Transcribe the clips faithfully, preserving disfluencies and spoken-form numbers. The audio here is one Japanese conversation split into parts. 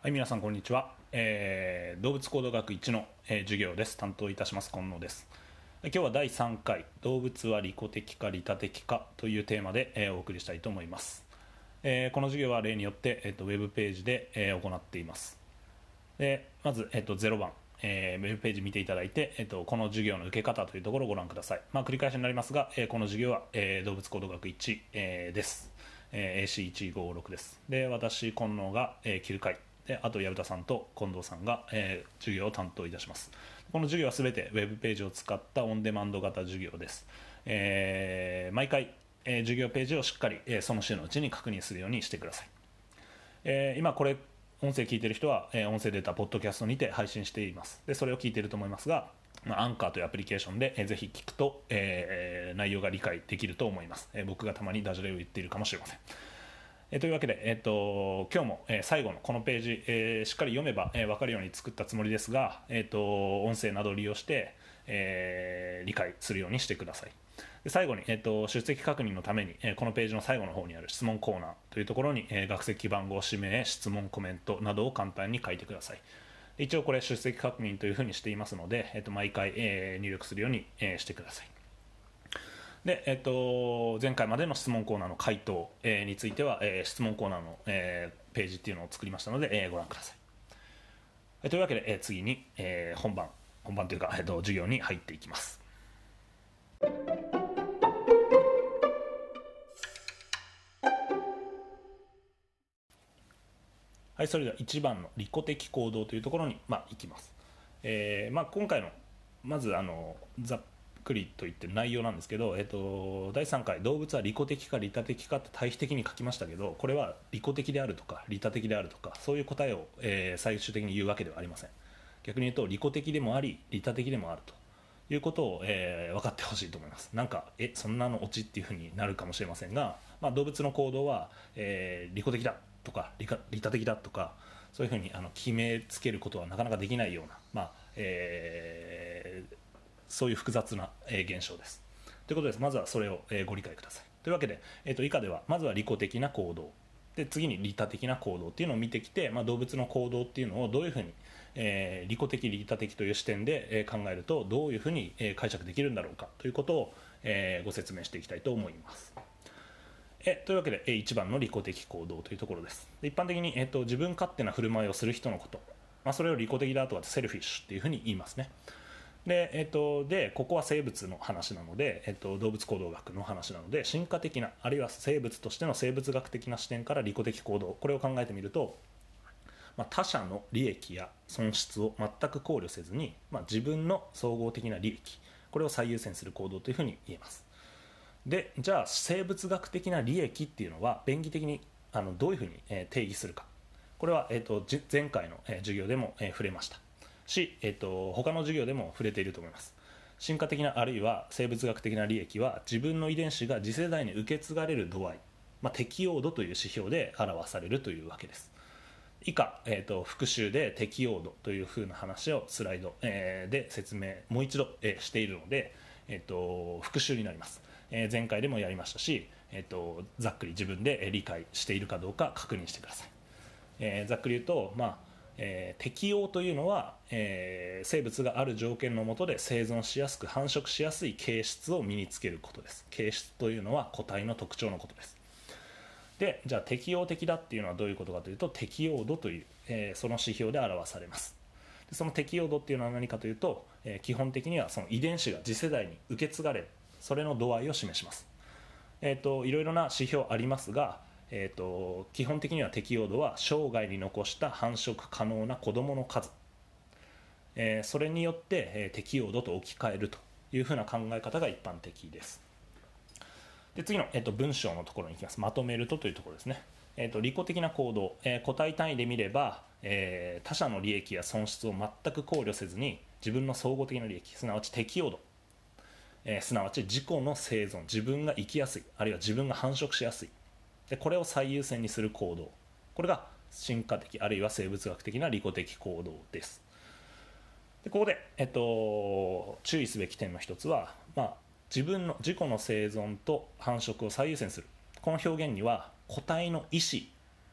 はい、皆さんこんにちは、えー動物行動学いちの、えー授業です。担当いたします近野です。今日はだいさんかい動物は利己的か利他的かというテーマで、えーお送りしたいと思います。えーこの授業は例によって、えーとウェブページで、えー行っています。でまず、えーとゼロばん、えーウェブページ見ていただいて、えーとこの授業の受け方というところをご覧ください。まあ、繰り返しになりますが、えーこの授業は、えー動物行動学いち、えーです。えーエーシーいちごろく です。で私近野が、えーきゅうかいで、あと矢田さんと近藤さんが、えー授業を担当いたします。この授業はすべてウェブページを使ったオンデマンド型授業です。えー毎回、えー授業ページをしっかり、えーその週のうちに確認するようにしてください。えー今これ音声聞いている人は、えー音声データポッドキャストにて配信しています。でそれを聞いていると思いますが、まあ、アンカーというアプリケーションで、えーぜひ聞くと、えー内容が理解できると思います。えー僕がたまにダジャレを言っているかもしれません。えーというわけで、えー、と今日も、えー最後のこのページ、えーしっかり読めば、えー分かるように作ったつもりですが、えー、と音声などを利用して、えー理解するようにしてください。で最後に、えー、と出席確認のために、えーこのページの最後の方にある質問コーナーというところに、えー学籍番号、氏名、質問、コメントなどを簡単に書いてください。で一応これ出席確認というふうにしていますので、えー、と毎回、えー入力するように、えーしてください。で、えっと、前回までの質問コーナーの回答、えーについては、えー質問コーナーの、えーページっていうのを作りましたので、えーご覧ください。えーというわけで、えー次に、えー本番本番というか、えーと授業に入っていきます。はい、それではいちばんの利己的行動というところに、まあ、いきます。えーまあ、今回のまずあのざっくりといってる内容なんですけど、えー、とだいさんかい動物は利己的か利他的かって対比的に書きましたけど、これは利己的であるとか利他的であるとかそういう答えを、えー最終的に言うわけではありません。逆に言うと利己的でもあり利他的でもあるということを、えー分かってほしいと思います。なんかえそんなのオチっていうふうになるかもしれませんが、まあ、動物の行動は、えー利己的だとか利他利他的だとかそういうふうにあの決めつけることはなかなかできないような、まあえーそういう複雑な、えー現象です。ということです。まずはそれを、えーご理解ください。というわけで、えーと以下ではまずは利己的な行動で次に利他的な行動っていうのを見てきて、まあ、動物の行動っていうのをどういうふうに、えー利己的利他的という視点で、えー考えるとどういうふうに、えー解釈できるんだろうかということを、えーご説明していきたいと思います。えというわけで、えいちばんの利己的行動というところです。で一般的に、えーと自分勝手な振る舞いをする人のこと、まあ、それを利己的だとかセルフィッシュっていうふうに言いますね。で、えっと、でここは生物の話なので、えっと、動物行動学の話なので進化的なあるいは生物としての生物学的な視点から利己的行動これを考えてみると、まあ、他者の利益や損失を全く考慮せずに、まあ、自分の総合的な利益これを最優先する行動というふうに言えます。でじゃあ生物学的な利益っていうのは便宜的にあのどういうふうに、えー定義するか、これは、えー、とじ前回の、えー授業でも、えー触れましたし、えー、と他の授業でも触れていると思います。進化的なあるいは生物学的な利益は自分の遺伝子が次世代に受け継がれる度合い、まあ、適応度という指標で表されるというわけです。以下、えー、と復習で適応度というふうな話をスライド、えーで説明もう一度、えーしているので、えー、と復習になります。えー前回でもやりましたし、えー、とざっくり自分で理解しているかどうか確認してください。えーざっくり言うと、まあえー適応というのは、えー生物がある条件の下で生存しやすく繁殖しやすい形質を身につけることです。形質というのは個体の特徴のことです。でじゃあ適応的だっていうのはどういうことかというと適応度という、えーその指標で表されます。でその適応度っていうのは何かというと、えー基本的にはその遺伝子が次世代に受け継がれるそれの度合いを示します。えー、といろいろな指標ありますが、えー、と基本的には適応度は生涯に残した繁殖可能な子どもの数、えーそれによって、えー適応度と置き換えるというふうな考え方が一般的です。で次の、えー、と文章のところに行きます。まとめるとというところですね。えー、と利己的な行動、えー個体単位で見れば、えー他者の利益や損失を全く考慮せずに自分の総合的な利益すなわち適応度、えーすなわち自己の生存自分が生きやすいあるいは自分が繁殖しやすいでこれを最優先にする行動、これが進化的あるいは生物学的な利己的行動です。でここで、えっと、注意すべき点の一つは、まあ、自分の自己の生存と繁殖を最優先するこの表現には個体の意思こ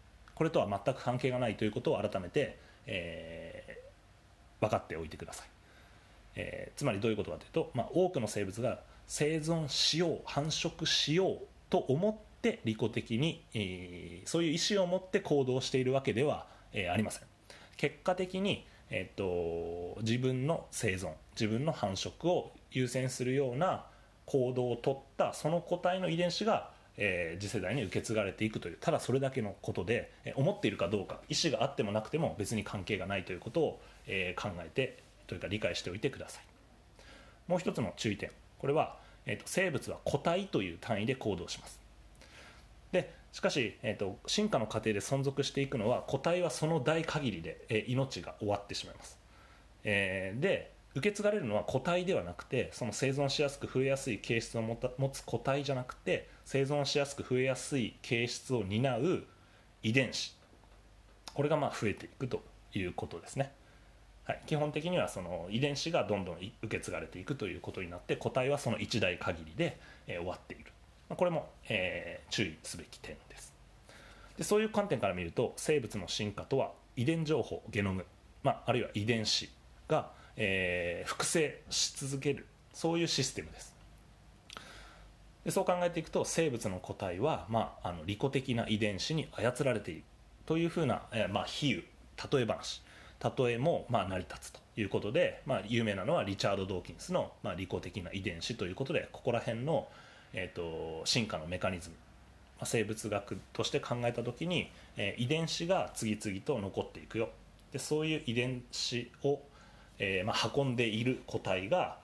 これとは全く関係がないということを改めて、えー、分かっておいてください。えー、つまりどういうことかというと、まあ、多くの生物が生存しよう繁殖しようと思って利己的に、えー、そういう意思を持って行動しているわけでは、えー、ありません。結果的に、えー、と自分の生存自分の繁殖を優先するような行動をとったその個体の遺伝子が、えー、次世代に受け継がれていくという、ただそれだけのことで、えー、思っているかどうか意思があってもなくても別に関係がないということを、えー、考えてというか理解しておいてください。もう一つの注意点、これは、えー、と生物は個体という単位で行動します。でしかし、えー、と進化の過程で存続していくのは個体はその代限りで、えー、命が終わってしまいます。えー、で受け継がれるのは個体ではなくて、その生存しやすく増えやすい形質を持つ個体じゃなくて、生存しやすく増えやすい形質を担う遺伝子、これがまあ増えていくということですね。はい、基本的にはその遺伝子がどんどん受け継がれていくということになって、個体はその一代限りで、えー、終わっている。これも、えー、注意すべき点です。でそういう観点から見ると、生物の進化とは遺伝情報ゲノム、まあ、あるいは遺伝子が、えー、複製し続ける、そういうシステムです。でそう考えていくと、生物の個体は、まあ、あの利己的な遺伝子に操られているというふうな、えーまあ、比喩例え話例えもまあ成り立つということで、まあ、有名なのはリチャード・ドーキンスのまあ利己的な遺伝子ということで、ここら辺の、えー、と進化のメカニズム、まあ、生物学として考えた時に、えー、遺伝子が次々と残っていくよ。でそういう遺伝子を、えーまあ、運んでいる個体が、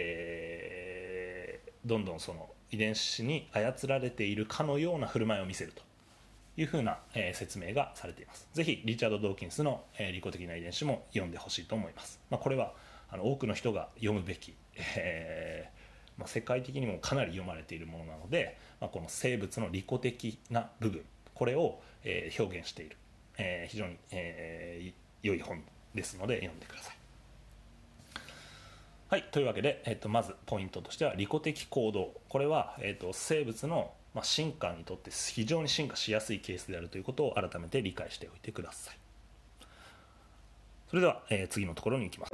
えー、どんどんその遺伝子に操られているかのような振る舞いを見せるというふうな、えー、説明がされています。ぜひリチャード・ドーキンスの、えー、利己的な遺伝子も読んでほしいと思います。まあ、これはあの多くの人が読むべき、えーまあ、世界的にもかなり読まれているものなので、まあ、この生物の利己的な部分、これを、えー、表現している、えー、非常に、えー、良い本ですので読んでください。はい、というわけで、えー、とまずポイントとしては利己的行動、これは、えー、と生物のまあ、進化にとって非常に進化しやすいケースであるということを改めて理解しておいてください。それでは、えー、次のところに行きます。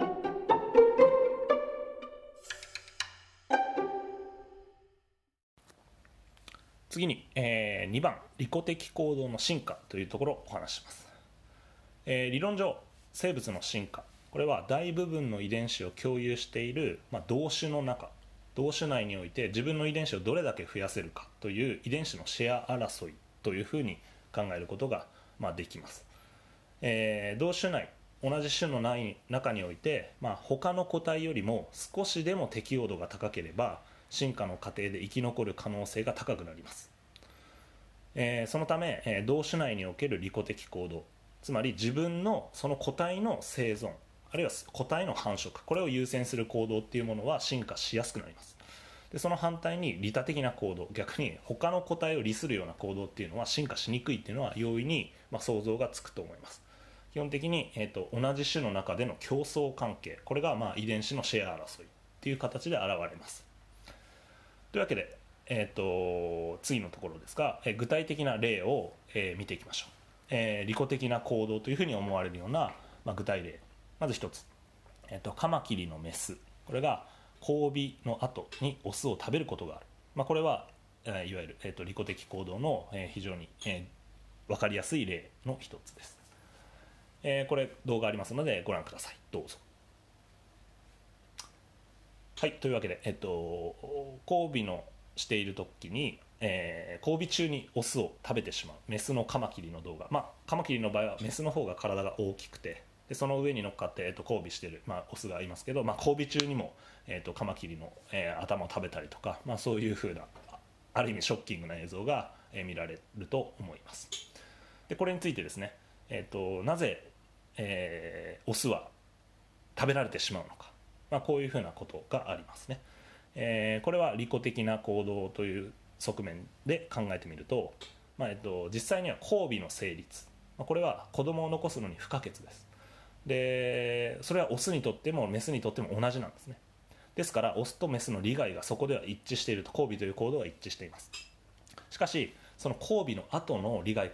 次に、えー、にばん利己的行動の進化というところをお話しします。えー、理論上生物の進化、これは大部分の遺伝子を共有している、まあ、同種の中同種内において自分の遺伝子をどれだけ増やせるかという遺伝子のシェア争いというふうに考えることが、まあ、できます。えー、同種内同じ種の中において、まあ、他の個体よりも少しでも適応度が高ければ進化の過程で生き残る可能性が高くなります。えー、そのため、えー、同種内における利己的行動、つまり自分のその個体の生存あるいは個体の繁殖、これを優先する行動っていうものは進化しやすくなります。でその反対に利他的な行動、逆に他の個体を利するような行動っていうのは進化しにくいっていうのは容易に、まあ、想像がつくと思います。基本的に、えーと、同じ種の中での競争関係、これがまあ遺伝子のシェア争いっていう形で現れます。というわけで、えーと、次のところですが、えー、具体的な例を、えー、見ていきましょう。えー、利己的な行動というふうに思われるような、まあ、具体例、まず一つ、えっと、カマキリのメス、これが交尾の後にオスを食べることがある、まあ、これは、えー、いわゆる、えっと、利己的行動の、えー、非常に、えー、分かりやすい例の一つです。えー、これ動画ありますのでご覧ください、どうぞ。はい、というわけで、えっと、交尾のしている時に、えー、交尾中にオスを食べてしまうメスのカマキリの動画、まあ、カマキリの場合はメスの方が体が大きくて、でその上に乗っかって、えー、と交尾している、まあ、オスがいますけど、まあ、交尾中にも、えー、とカマキリの、えー、頭を食べたりとか、まあ、そういうふうなある意味ショッキングな映像が、えー、見られると思います。でこれについてですね、えー、となぜ、えー、オスは食べられてしまうのか、まあ、こういうふうなことがありますね。えー、これは利己的な行動という側面で考えてみると、まあえっと、実際には交尾の成立、まあ、これは子供を残すのに不可欠です。でそれはオスにとってもメスにとっても同じなんですね。ですからオスとメスの利害がそこでは一致していると、交尾という行動は一致しています。しかしその交尾の後の利害関係、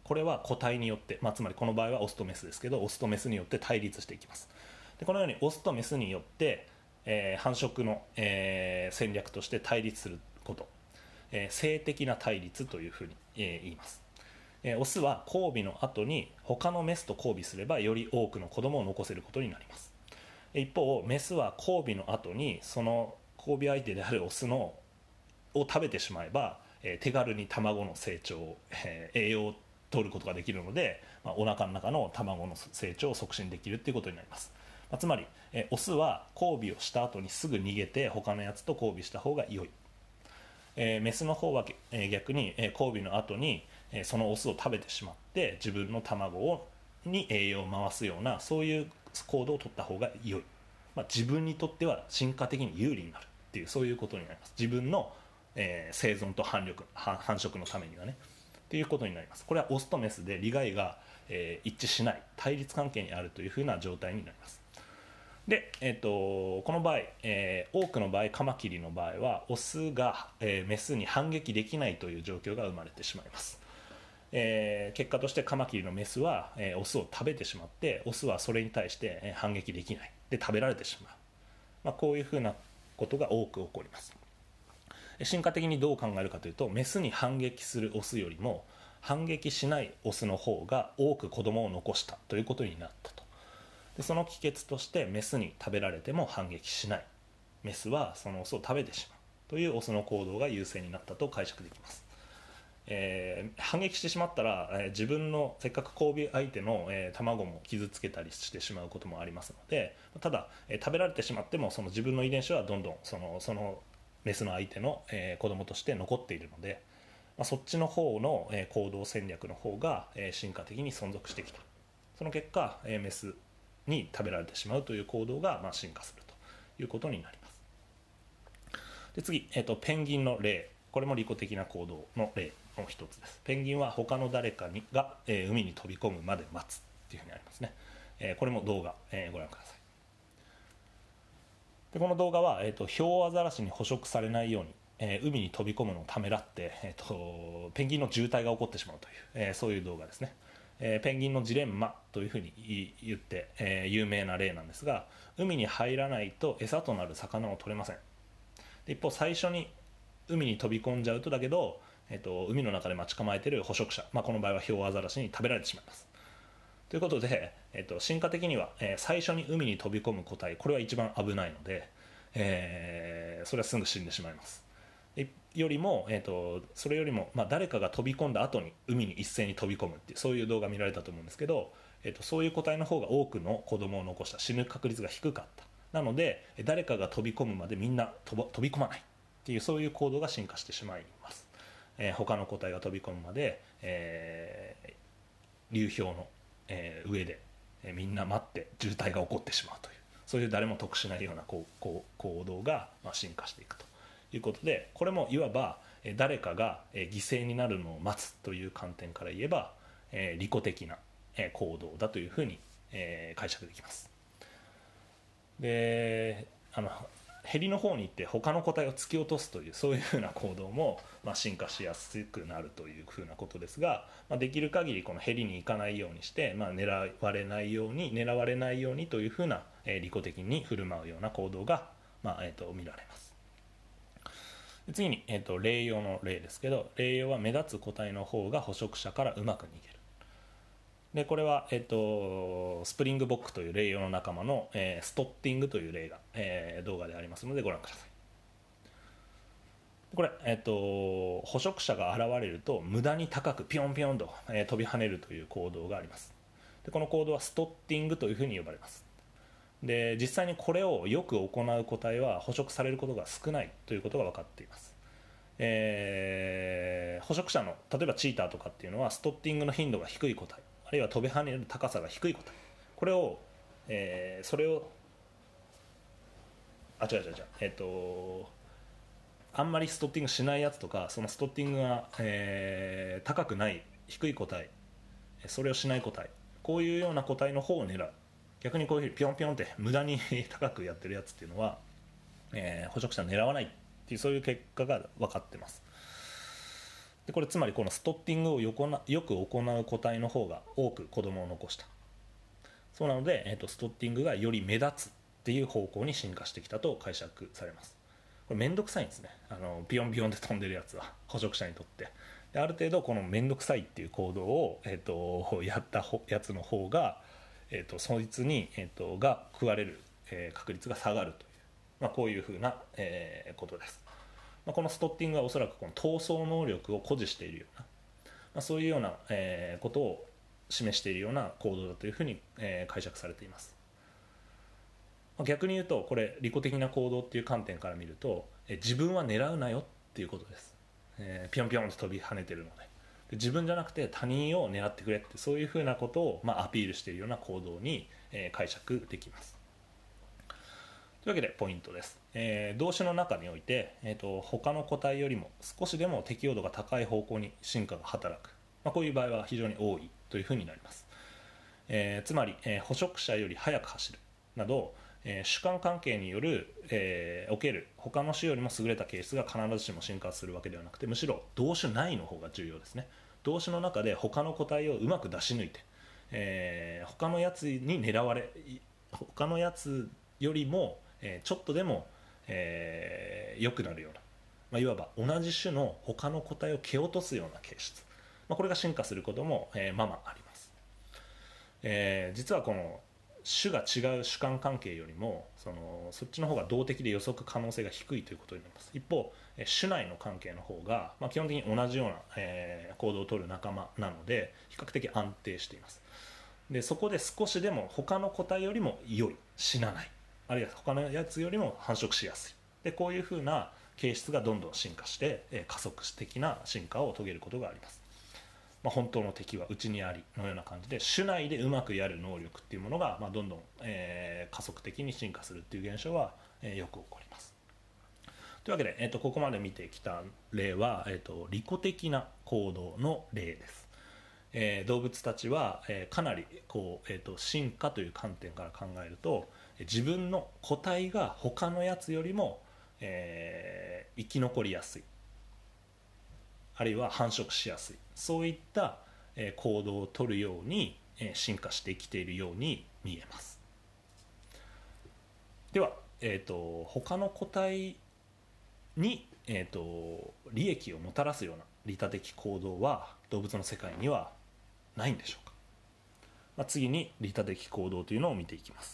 これは個体によって、まあ、つまりこの場合はオスとメスですけど、オスとメスによって対立していきます。でこのようにオスとメスによって、えー、繁殖の、えー、戦略として対立すること、えー、性的な対立というふうに、えー、言います。えー、オスは交尾の後に他のメスと交尾すればより多くの子供を残せることになります。一方メスは交尾の後にその交尾相手であるオスのを食べてしまえば、えー、手軽に卵の成長、えー、栄養を取ることができるので、まあ、お腹の中の卵の成長を促進できるということになります。まあ、つまり、えー、オスは交尾をした後にすぐ逃げて他のやつと交尾した方が良い、えー、メスの方は、えー、逆に、えー、交尾の後に、えー、そのオスを食べてしまって自分の卵をに栄養を回すようなそういう行動を取った方が良い、まあ、自分にとっては進化的に有利になるっていうそういうことになります。自分の、えー、生存と繁殖、繁殖のためにはねっていうことになります。これはオスとメスで利害が、えー、一致しない対立関係にあるというふうな状態になります。で、えー、とこの場合、えー、多くの場合カマキリの場合はオスが、えー、メスに反撃できないという状況が生まれてしまいます。えー、結果としてカマキリのメスは、えー、オスを食べてしまってオスはそれに対して、えー、反撃できないで食べられてしまう、まあ、こういうふうなことが多く起こります。進化的にどう考えるかというとメスに反撃するオスよりも反撃しないオスの方が多く子供を残したということになったと。でその帰結としてメスに食べられても反撃しない、メスはそのオスを食べてしまうというオスの行動が優勢になったと解釈できます。えー、反撃してしまったら、えー、自分のせっかく交尾相手の、えー、卵も傷つけたりしてしまうこともありますので、ただ、えー、食べられてしまってもその自分の遺伝子はどんどんそのそのメスの相手の、えー、子供として残っているので、まあ、そっちの方の、えー、行動戦略の方が、えー、進化的に存続してきた。その結果、えー、メスに食べられてしまうという行動が、まあ、進化するということになります。で次、えーと、ペンギンの例、これも利己的な行動の例の一つです。ペンギンは他の誰かにが、えー、海に飛び込むまで待つっていうふうにありますね。えー、これも動画、えー、ご覧ください。でこの動画は、えーと、ヒョウアザラシに捕食されないように、えー、海に飛び込むのをためらって、えーと、ペンギンの渋滞が起こってしまうという、えー、そういう動画ですね。えー、ペンギンのジレンマというふうに言って、えー、有名な例なんですが、海に入らないと餌となる魚を取れません。で一方最初に海に飛び込んじゃうとだけど、えーと、海の中で待ち構えている捕食者、まあ、この場合はヒョウアザラシに食べられてしまいます。ということで、えーと、進化的には、えー、最初に海に飛び込む個体、これは一番危ないので、えー、それはすぐ死んでしまいます。よりも、えーと、それよりも、まあ、誰かが飛び込んだ後に海に一斉に飛び込むっていうそういう動画見られたと思うんですけど、えーと、そういう個体の方が多くの子供を残した、死ぬ確率が低かった。なので誰かが飛び込むまでみんな飛飛び込まないっていうそういう行動が進化してしまいます。えー、他の個体が飛び込むまで、えー、流氷の、えー、上で、えー、みんな待って渋滞が起こってしまうというそういう誰も得しないようなこうこう行動が、まあ、進化していくということで、これもいわば、えー、誰かが、えー、犠牲になるのを待つという観点から言えば、えー、利己的な、えー、行動だというふうに、えー、解釈できます。であのヘリの方に行って他の個体を突き落とすというそういうふうな行動も、まあ、進化しやすくなるというふうなことですが、まあ、できる限りこのヘリに行かないようにして、まあ、狙われないように狙われないようにというふうな、えー、利己的に振る舞うような行動が、まあえー、と見られます。次に、えー、と霊用の例ですけど、霊用は目立つ個体の方が捕食者からうまく逃げる。でこれは、えっと、スプリングボックという霊用の仲間の、えー、ストッティングという例が、えー、動画でありますのでご覧ください。これ、えっと、捕食者が現れると無駄に高くピョンピョンと、えー、飛び跳ねるという行動があります。でこの行動はストッティングというふうに呼ばれます。で実際にこれをよく行う個体は捕食されることが少ないということが分かっています。えー、捕食者の例えばチーターとかっていうのはストッティングの頻度が低い個体、あるいは飛び跳ねる高さが低い個体、これを、えー、それをあ違う違う違うえっ、ー、とあんまりストッティングしないやつとか、そのストッティングが、えー、高くない低い個体、それをしない個体、こういうような個体の方を狙う。逆にこういうふうにピョンピョンって無駄に高くやってるやつっていうのは、えー、捕食者を狙わないっていうそういう結果が分かってます。 でこれつまりこのストッティングをよこなよく行う個体の方が多く子供を残した。そうなので、えーと、ストッティングがより目立つっていう方向に進化してきたと解釈されます。これめんどくさいんですね。あのビヨンビヨンで飛んでるやつは捕食者にとって。である程度このめんどくさいっていう行動を、えーと、やったやつの方が、えーと、そいつに、えーと、が食われる、えー、確率が下がるという、まあ、こういうふうな、えー、ことです。まあ、このストッティングはおそらくこの闘争能力を誇示しているような、まあ、そういうような、えー、ことを示しているような行動だというふうに、えー、解釈されています。まあ、逆に言うとこれ利己的な行動っていう観点から見ると、えー、自分は狙うなよっていうことです。えー、ピョンピョンと飛び跳ねてるので、で自分じゃなくて他人を狙ってくれってそういうふうなことを、まあ、アピールしているような行動に、えー、解釈できます。というわけでポイントです。えー、動詞の中において、えーと、他の個体よりも少しでも適応度が高い方向に進化が働く、まあ、こういう場合は非常に多いというふうになります。えー、つまり、えー、捕食者より速く走るなど、えー、主観関係による、えー、おける他の種よりも優れた形質が必ずしも進化するわけではなくて、むしろ動種内の方が重要ですね。動種の中で他の個体をうまく出し抜いて、えー、他のやつに狙われ他のやつよりもえー、ちょっとでも、えー、良くなるような、まあ、いわば同じ種の他の個体を蹴落とすような形質、まあ、これが進化することも、えー、ままあります。えー、実はこの種が違う主観関係よりもそのそっちの方が動的で予測可能性が低いということになります。一方、えー、種内の関係の方が、まあ、基本的に同じような、えー、行動をとる仲間なので比較的安定しています。でそこで少しでも他の個体よりも良い、死なない、あるいは他のやつよりも繁殖しやすい、でこういうふうな形質がどんどん進化して、えー、加速的な進化を遂げることがあります。まあ、本当の敵は内にありのような感じで種内でうまくやる能力っていうものが、まあ、どんどん、えー、加速的に進化するっていう現象は、えー、よく起こります。というわけで、えー、とここまで見てきた例は、えー、と利己的な行動の例です。えー、動物たちは、えー、かなりこう、えー、と進化という観点から考えると自分の個体が他のやつよりも、えー、生き残りやすい、あるいは繁殖しやすい、そういった、えー、行動をとるように、えー、進化してきているように見えます。では、えー、と他の個体に、えー、と利益をもたらすような利他的行動は動物の世界にはないんでしょうか。まあ、次に利他的行動というのを見ていきます。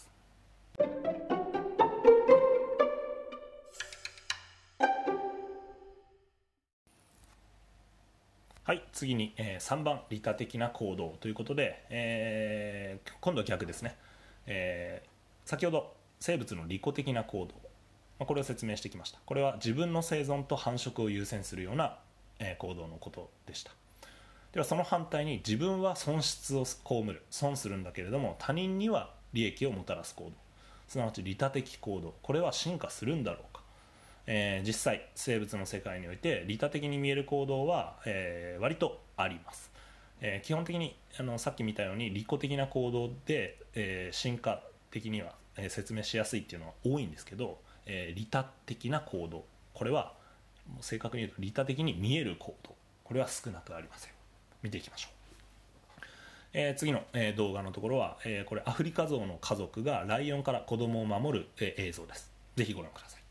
はい、次に、えー、さんばん利他的な行動ということで、えー、今度は逆ですね。えー、先ほど生物の利己的な行動、まあ、これを説明してきました。これは自分の生存と繁殖を優先するような、えー、行動のことでした。ではその反対に自分は損失を被る、損するんだけれども他人には利益をもたらす行動、すなわち利他的行動、これは進化するんだろうか。えー、実際生物の世界において利他的に見える行動は、えー、割とあります。えー、基本的にあのさっき見たように利己的な行動で、えー、進化的には、えー、説明しやすいっていうのは多いんですけど、えー、利他的な行動、これは正確に言うと利他的に見える行動、これは少なくありません。見ていきましょう。えー、次の、えー、動画のところは、えー、これアフリカゾウの家族がライオンから子供を守る、えー、映像です。ぜひご覧ください。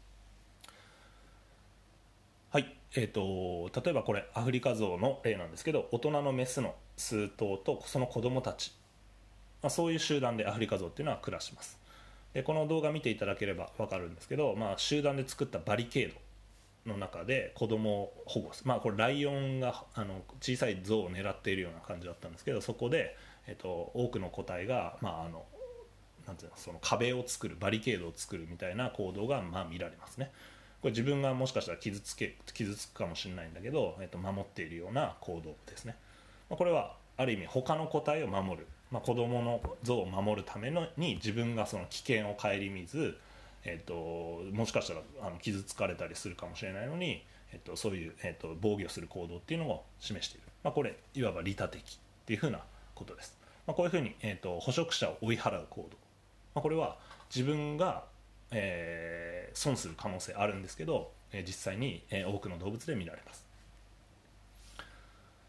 はい、えーと、例えばこれアフリカゾウの例なんですけど、大人のメスの数頭とその子供たち、まあ、そういう集団でアフリカゾウっていうのは暮らします。でこの動画見ていただければ分かるんですけど、まあ、集団で作ったバリケードの中で子供を保護する、まあ、これライオンがあの小さいゾウを狙っているような感じだったんですけど、そこで、えっと、多くの個体が、まあ、あのなんていうの、その壁を作る、バリケードを作るみたいな行動が、まあ、見られますね。これ自分がもしかしたら傷つけ傷つくかもしれないんだけど、えっと、守っているような行動ですね。まあ、これはある意味他の個体を守る、まあ、子供の像を守るためのに自分がその危険を顧みず、えっと、もしかしたらあの傷つかれたりするかもしれないのに、えっと、そういう、えっと、防御する行動っていうのを示している、まあ、これいわば利他的っていうふうなことです。まあ、こういうふうに、えっと、捕食者を追い払う行動、まあ、これは自分が、えー、損する可能性あるんですけど、えー、実際に、えー、多くの動物で見られます。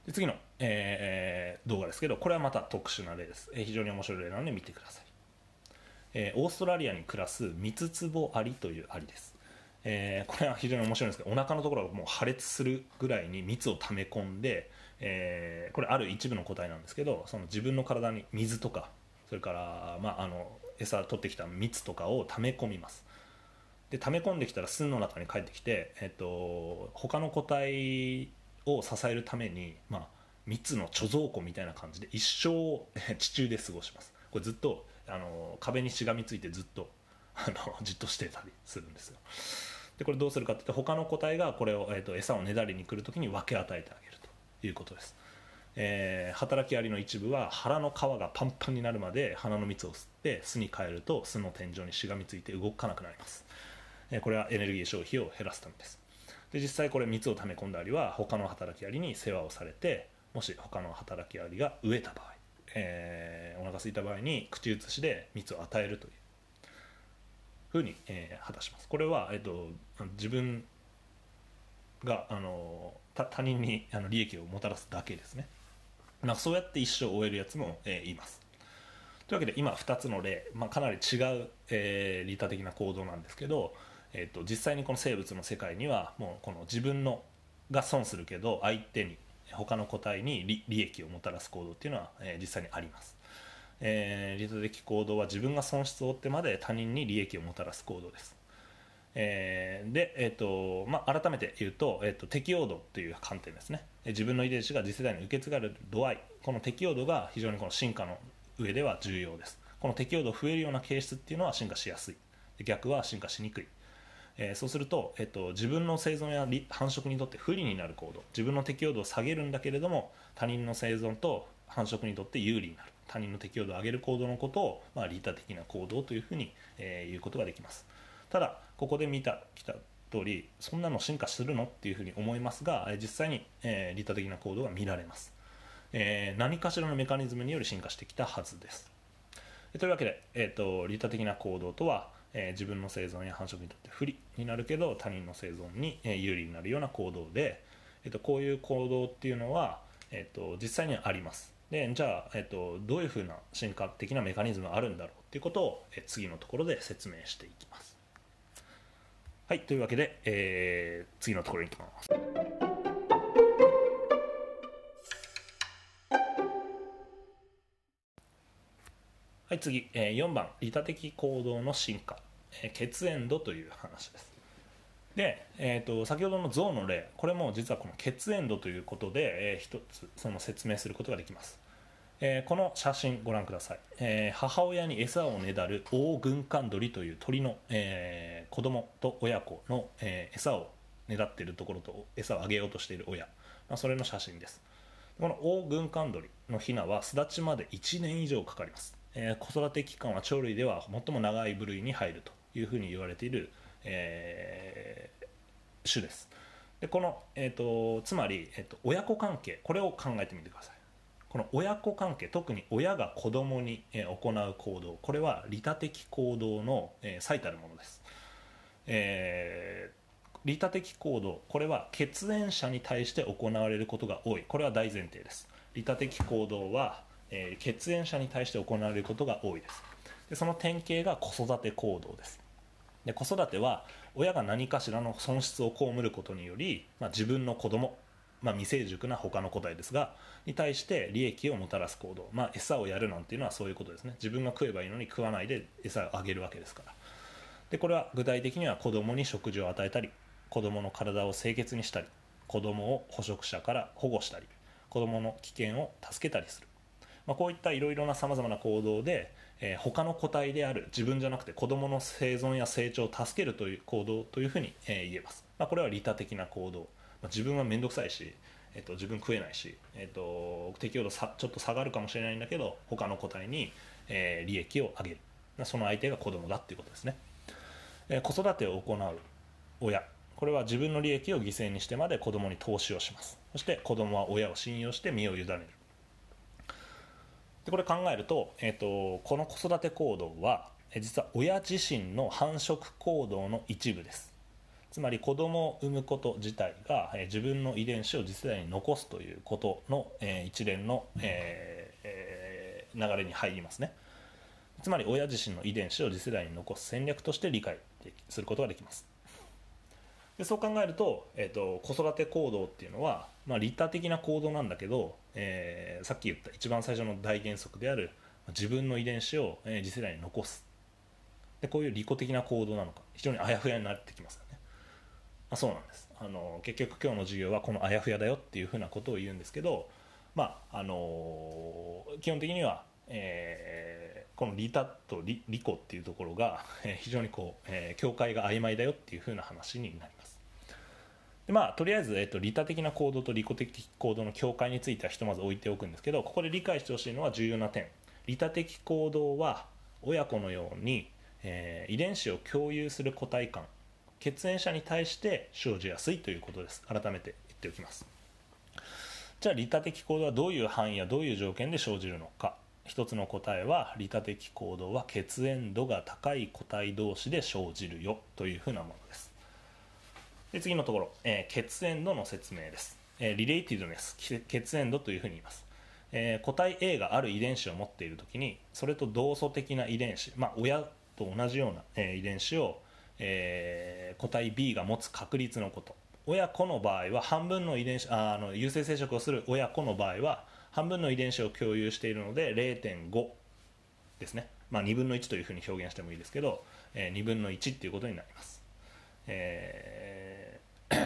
で次の、えー動画ですけど、これはまた特殊な例です、えー非常に面白い例なので見てください。えーオーストラリアに暮らすミツツボアリというアリです。えーこれは非常に面白いんですけど、お腹のところがもう破裂するぐらいに蜜を溜め込んで、えーこれある一部の個体なんですけど、その自分の体に水とか、それから、まあ、あの餌取ってきた蜜とかを溜め込みます。で溜め込んできたら巣の中に帰ってきて、えっと、他の個体を支えるために、まあ、蜜の貯蔵庫みたいな感じで一生地中で過ごします。これずっとあの壁にしがみついてずっとあのじっとしてたりするんですよ。でこれどうするかっていって他の個体がこれを、えー、と餌をねだりに来るときに分け与えてあげるということです。えー働きアリの一部は腹の皮がパンパンになるまで花の蜜を吸って巣に帰ると巣の天井にしがみついて動かなくなります。えーこれはエネルギー消費を減らすためです。で実際これ蜜を溜め込んだアリは他の働きアリに世話をされて、もし他の働きアリが飢えた場合、えーお腹空いた場合に口移しで蜜を与えるというふうに、えー果たします。これは、えー、と自分があの他他人にあの利益をもたらすだけですね。まあ、そうやって一生を終えるやつも、えーいます。というわけで今ふたつの例、まあ、かなり違う、えー利他的な行動なんですけど、えー、と実際にこの生物の世界にはもうこの自分のが損するけど相手に他の個体に 利, 利益をもたらす行動っていうのは、えー実際にあります。えー利他的行動は自分が損失を負ってまで他人に利益をもたらす行動です。えーで、えーとまあ、改めて言うと、えーと適応度という観点ですね。自分の遺伝子が次世代に受け継がれる度合い、この適応度が非常にこの進化の上では重要です。この適応度増えるような形質っていうのは進化しやすい、逆は進化しにくい。えーそうすると、えーと自分の生存や繁殖にとって不利になる行動、自分の適応度を下げるんだけれども他人の生存と繁殖にとって有利になる、他人の適応度を上げる行動のことを、まあ、利他的な行動というふうに、えー言うことができます。ただここで見たきた通りそんなの進化するのっていうふうに思いますが、実際に、えー利他的な行動が見られます。えー何かしらのメカニズムにより進化してきたはずです。というわけで、えーと利他的な行動とは、えー自分の生存や繁殖にとって不利になるけど他人の生存に、えー有利になるような行動で、えーとこういう行動っていうのは、えーと実際にはあります。でじゃあ、えーとどういうふうな進化的なメカニズムがあるんだろうっていうことを、えー次のところで説明していきます。はい、というわけで、えー次のところに行きます。はい、次、えーよんばん利他的行動の進化、えー血縁度という話です。で、えー、と先ほどの象の例、これも実はこの血縁度ということで、えー一つその説明することができます。えーこの写真ご覧ください。えー母親に餌をねだるオオグンカンドリという鳥の、えー子供と親子の、えー餌をねだっているところと餌をあげようとしている親、まあ、それの写真です。このオオグンカンドリのヒナは巣立ちまでいちねん以上かかります。えー子育て期間は鳥類では最も長い部類に入るというふうに言われている、えー種です。でこの、えー、とつまり、えー、と親子関係、これを考えてみてください。この親子関係、特に親が子供に、えー行う行動、これは利他的行動の、えー最たるものです。えー利他的行動、これは血縁者に対して行われることが多い、これは大前提です。利他的行動は、えー血縁者に対して行われることが多いです。でその典型が子育て行動です。で子育ては親が何かしらの損失を被ることにより、まあ、自分の子供、まあ、未成熟な他の個体ですがに対して利益をもたらす行動、まあ、餌をやるなんていうのはそういうことですね。自分が食えばいいのに食わないで餌をあげるわけですから。でこれは具体的には子供に食事を与えたり、子供の体を清潔にしたり、子供を捕食者から保護したり、子供の危険を助けたりする、まあ、こういったいろいろなさまざまな行動で、えー他の個体である自分じゃなくて子どもの生存や成長を助けるという行動というふうに、えー言えます。まあ、これは利他的な行動、まあ、自分は面倒くさいし、えー、と自分食えないし、えー、と適応度さちょっと下がるかもしれないんだけど他の個体に、えー利益を上げる、その相手が子どもだっていうことですね。えー子育てを行う親、これは自分の利益を犠牲にしてまで子供に投資をします。そして子供は親を信用して身を委ねる。でこれ考えると、えー、とこの子育て行動はえ実は親自身の繁殖行動の一部です。 つまり子供を産むこと自体が、えー、自分の遺伝子を次世代に残すということの、えー、一連の、えーえー、流れに入りますね。つまり親自身の遺伝子を次世代に残す戦略として理解することができます。でそう考えると、えーと、子育て行動っていうのは、まあ、利他的な行動なんだけど、えー、さっき言った一番最初の大原則である自分の遺伝子を、えー、次世代に残す、でこういう利己的な行動なのか非常にあやふやになってきますよね。まあ、そうなんです。あの結局今日の授業はこのあやふやだよっていうふうなことを言うんですけど、まああの基本的には、えー、この利他と 利, 利己っていうところが、えー、非常にこう、えー、境界が曖昧だよっていうふうな話になります。でまあ、とりあえず、えー、と利他的な行動と利己的行動の境界についてはひとまず置いておくんですけど、ここで理解してほしいのは重要な点。利他的行動は親子のように、えー、遺伝子を共有する個体間、血縁者に対して生じやすいということです。改めて言っておきます。じゃあ利他的行動はどういう範囲やどういう条件で生じるのか。一つの答えは、利他的行動は血縁度が高い個体同士で生じるよというふうなものです。で次のところ、えー、血縁度の説明です。えー、リレイティドネス、血縁度というふうに言います。えー、個体 A がある遺伝子を持っているときに、それと同素的な遺伝子、まあ、親と同じような、えー、遺伝子をえー、個体 B が持つ確率のこと。親子の場合は半分の遺伝子ああの有性生殖をする親子の場合は半分の遺伝子を共有しているので れいてんご ですね。まあにぶんのいちというふうに表現してもいいですけど、えー、にぶんのいちということになります。えー、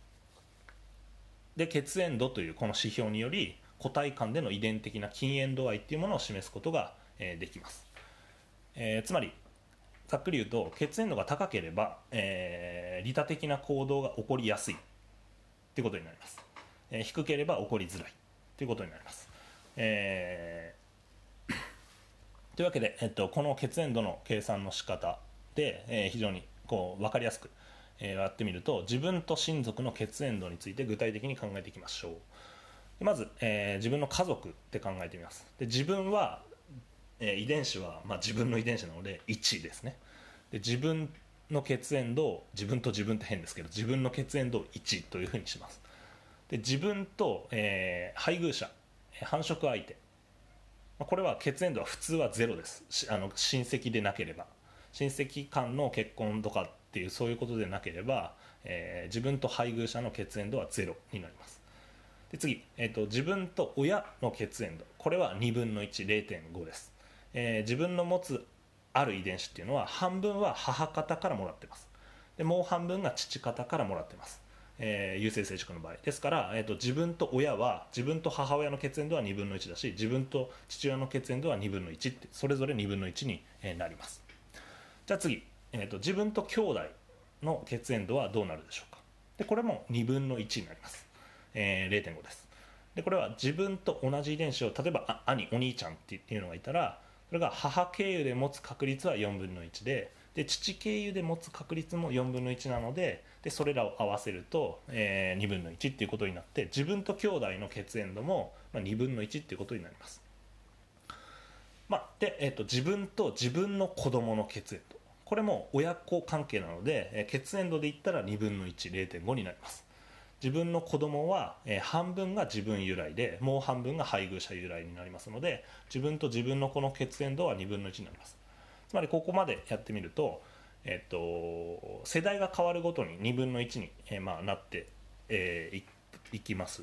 で血縁度というこの指標により個体間での遺伝的な近縁度合いというものを示すことが、えー、できます。えー、つまりざっくり言うと血縁度が高ければ、えー、利他的な行動が起こりやすいということになります。えー、低ければ起こりづらいということになります。えー、というわけで、えっと、この血縁度の計算の仕方で、えー、非常にこう分かりやすく、えー、やってみると自分と親族の血縁度について具体的に考えていきましょう。でまず、えー、自分の家族って考えてみます。で自分はえー、遺伝子は、まあ、自分の遺伝子なのでいちですね。で自分の血縁度を自分と自分って変ですけど自分の血縁度をいちというふうにします。で自分と、えー、配偶者繁殖相手、これは血縁度は普通はゼロです。あの親戚でなければ親戚間の結婚とかっていうそういうことでなければ、えー、自分と配偶者の血縁度はゼロになります。で次、えーと、自分と親の血縁度、これはにぶんのいち、れいてんごです。えー、自分の持つある遺伝子っていうのは半分は母方からもらってます。でもう半分が父方からもらってます。えー、有性生殖の場合ですから、えーと、自分と親は自分と母親の血縁度はにぶんのいちだし自分と父親の血縁度はにぶんのいちってそれぞれにぶんのいちになります。じゃあ次、えーと、自分と兄弟の血縁度はどうなるでしょうか。でこれもにぶんのいちになります。えー、れいてんごです。でこれは自分と同じ遺伝子を例えば兄お兄ちゃんっていうのがいたらそれが母経由で持つ確率はよんぶんのいちで、で父経由で持つ確率もよんぶんのいちなので、でそれらを合わせると、えー、にぶんのいちっていうことになって自分と兄弟の血縁度も、まあ、にぶんのいちっていうことになります。まあ、で、えー、と自分と自分の子供の血縁度、これも親子関係なので、えー、血縁度で言ったらにぶんのいち、れいてんごになります。自分の子供は、えー、半分が自分由来でもう半分が配偶者由来になりますので自分と自分の子の血縁度はにぶんのいちになります。つまりここまでやってみると、えー、と世代が変わるごとににぶんのいちに、えーまあ、なって、えー、い, いきます。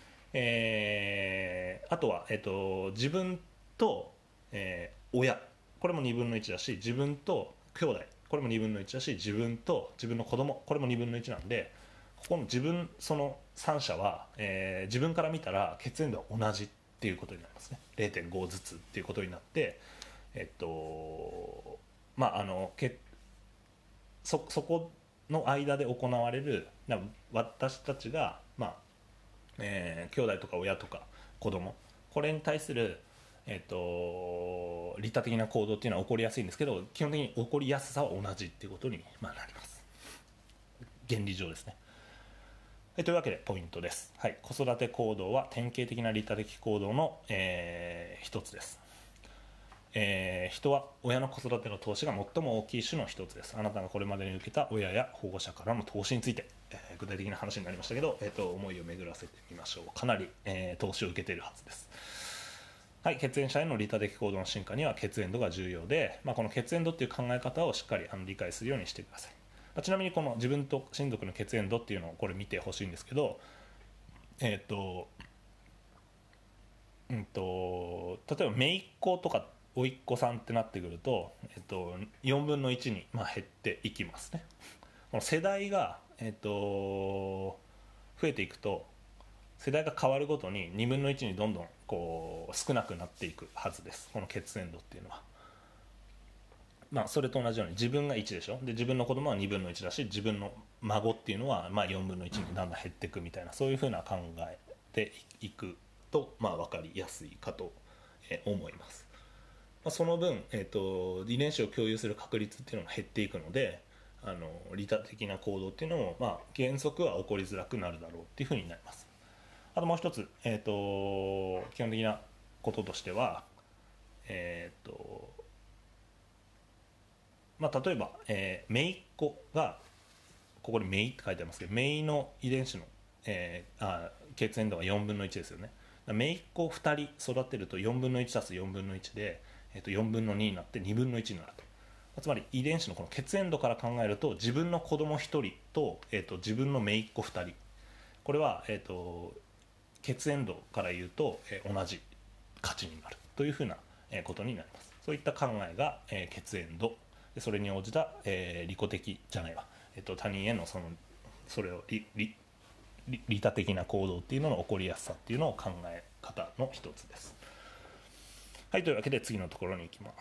えー、あとは、えー、と自分と、えー、親、これもにぶんのいちだし自分と兄弟、これもにぶんのいちだし自分と自分の子供、これもにぶんのいちなんでここの自分そのさん者は、えー、自分から見たら血縁度は同じっていうことになりますね。 れいてんご ずつっていうことになってえっとまああのけ そ, そこの間で行われる私たちが、まあえー、兄弟とか親とか子供、これに対する、えっと、利他的な行動っていうのは起こりやすいんですけど基本的に起こりやすさは同じっていうことに、まあ、なります。原理上ですね。はい、というわけでポイントです。はい、子育て行動は典型的な利他的行動の、えー、一つです。 えー人は親の子育ての投資が最も大きい種の一つです。あなたがこれまでに受けた親や保護者からの投資について、えー具体的な話になりましたけど、えーと思いを巡らせてみましょう。かなり、えー投資を受けているはずです。はい、血縁者への利他的行動の進化には血縁度が重要で、まあ、この血縁度っていう考え方をしっかりあの理解するようにしてください。まあちなみにこの自分と親族の血縁度っていうのをこれ見てほしいんですけど、えっ、とうんと例えば姪っ子とか甥っ子さんってなってくると、えっと、よんぶんのいちに、まあ、減っていきますね。この世代が、えっと、増えていくと世代が変わるごとににぶんのいちにどんどんこう少なくなっていくはずです、この血縁度っていうのは。まあ、それと同じように自分がいちでしょ、で自分の子供はにぶんのいちだし、自分の孫っていうのはまあよんぶんのいちにだんだん減っていくみたいな、そういうふうな考えていくと、まあ、分かりやすいかと思います。まあ、その分、えーと、遺伝子を共有する確率っていうのが減っていくので、あの利他的な行動っていうのも、まあ、原則は起こりづらくなるだろうっていうふうになります。あともう一つ、えーと、基本的なこととしては、えーとまあ、例えば、えー、姪っ子がここに姪って書いてありますけど、姪の遺伝子の、えー、あ血縁度がよんぶんのいちですよね。姪っ子ふたり育てるとよんぶんのいち足すよんぶんのいちで、えー、とよんぶんのにになってにぶんのいちになると。つまり遺伝子のこの血縁度から考えると、自分の子供ひとり と,、えー、と自分の姪っ子ふたり、これは、えー、と血縁度から言うと、えー、同じ価値になるというふうなことになります。そういった考えが、えー、血縁度で、それに応じた、えー、利己的じゃないわ、えー、と他人へのそのそれを利利利他的な行動っていうのの起こりやすさっていうのを考え方の一つです。はい、というわけで次のところに行きます。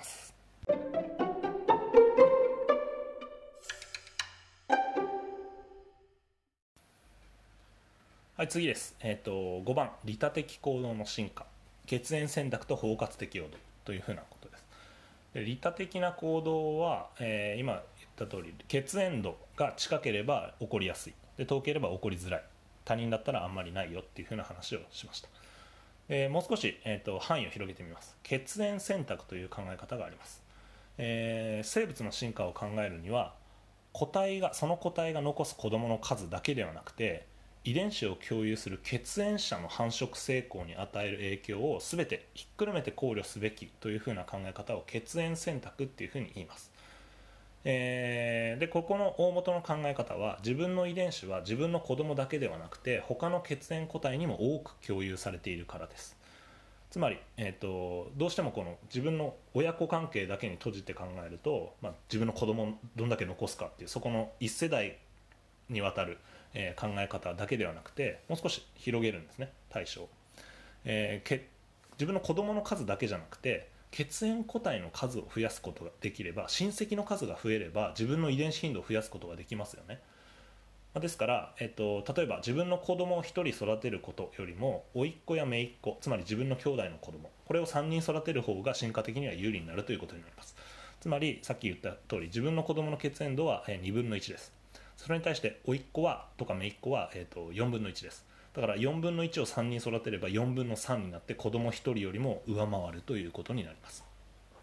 はい、次です。えっ、ー、とごばん、利他的行動の進化、血縁選択と包括適応度というふうなことです。で利他的な行動は、えー、今言った通り血縁度が近ければ起こりやすい、で遠ければ起こりづらい、他人だったらあんまりないよっていうふうな話をしました。えー、もう少し、えーと、範囲を広げてみます。血縁選択という考え方があります。えー、生物の進化を考えるには、個体がその個体が残す子どもの数だけではなくて、遺伝子を共有する血縁者の繁殖成功に与える影響を全てひっくるめて考慮すべきというふうな考え方を血縁選択っていうふうに言います。えー、でここの大元の考え方は、自分の遺伝子は自分の子供だけではなくて他の血縁個体にも多く共有されているからです。つまり、えーと、どうしてもこの自分の親子関係だけに閉じて考えると、まあ、自分の子供をどんだけ残すかっていう、そこの一世代にわたる、えー、考え方だけではなくて、もう少し広げるんですね、対象。えー、け自分の子供の数だけじゃなくて、血縁個体の数を増やすことができれば、親戚の数が増えれば自分の遺伝子頻度を増やすことができますよね。ですから、えっと、例えば自分の子供をひとり育てることよりも甥っ子や姪っ子、つまり自分の兄弟の子供、これをさんにん育てる方が進化的には有利になるということになります。つまりさっき言った通り、自分の子供の血縁度はにぶんのいちです。それに対して甥っ子はとか姪っ子は、えっと、よんぶんのいちです。だからよんぶんのいちをさんにん育てればよんぶんのさんになって子供ひとりよりも上回るということになります。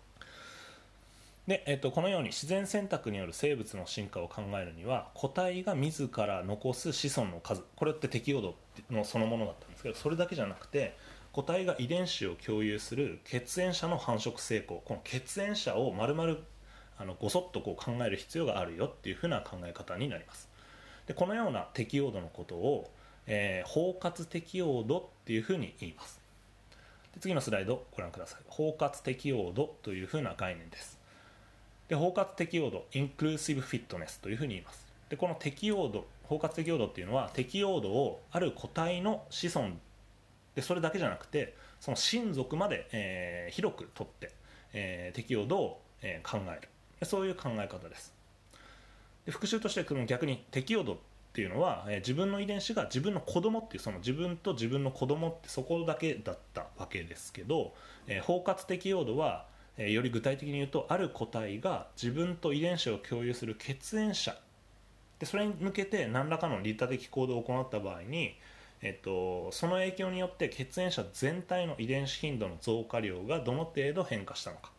で、えっと、このように自然選択による生物の進化を考えるには、個体が自ら残す子孫の数、これって適応度のそのものだったんですけど、それだけじゃなくて個体が遺伝子を共有する血縁者の繁殖成功、この血縁者を丸々あのごそっとこう考える必要があるよっていうふうな考え方になります。でこのような適応度のことを、えー、包括適応度っていうふうに言います。で次のスライドをご覧ください。包括適応度というふうな概念です。で包括適応度、インクルーシブフィットネスというふうに言います。でこの適応度、包括適応度っていうのは、適応度をある個体の子孫で、それだけじゃなくてその親族まで、えー、広くとって、えー、適応度を、えー、考える、そういう考え方です。で復習として逆に適応度っていうのは、えー、自分の遺伝子が自分の子供っていう、その自分と自分の子供ってそこだけだったわけですけど、えー、包括適応度はより具体的に言うと、ある個体が自分と遺伝子を共有する血縁者で、それに向けて何らかの利他的行動を行った場合に、えっと、その影響によって血縁者全体の遺伝子頻度の増加量がどの程度変化したのか、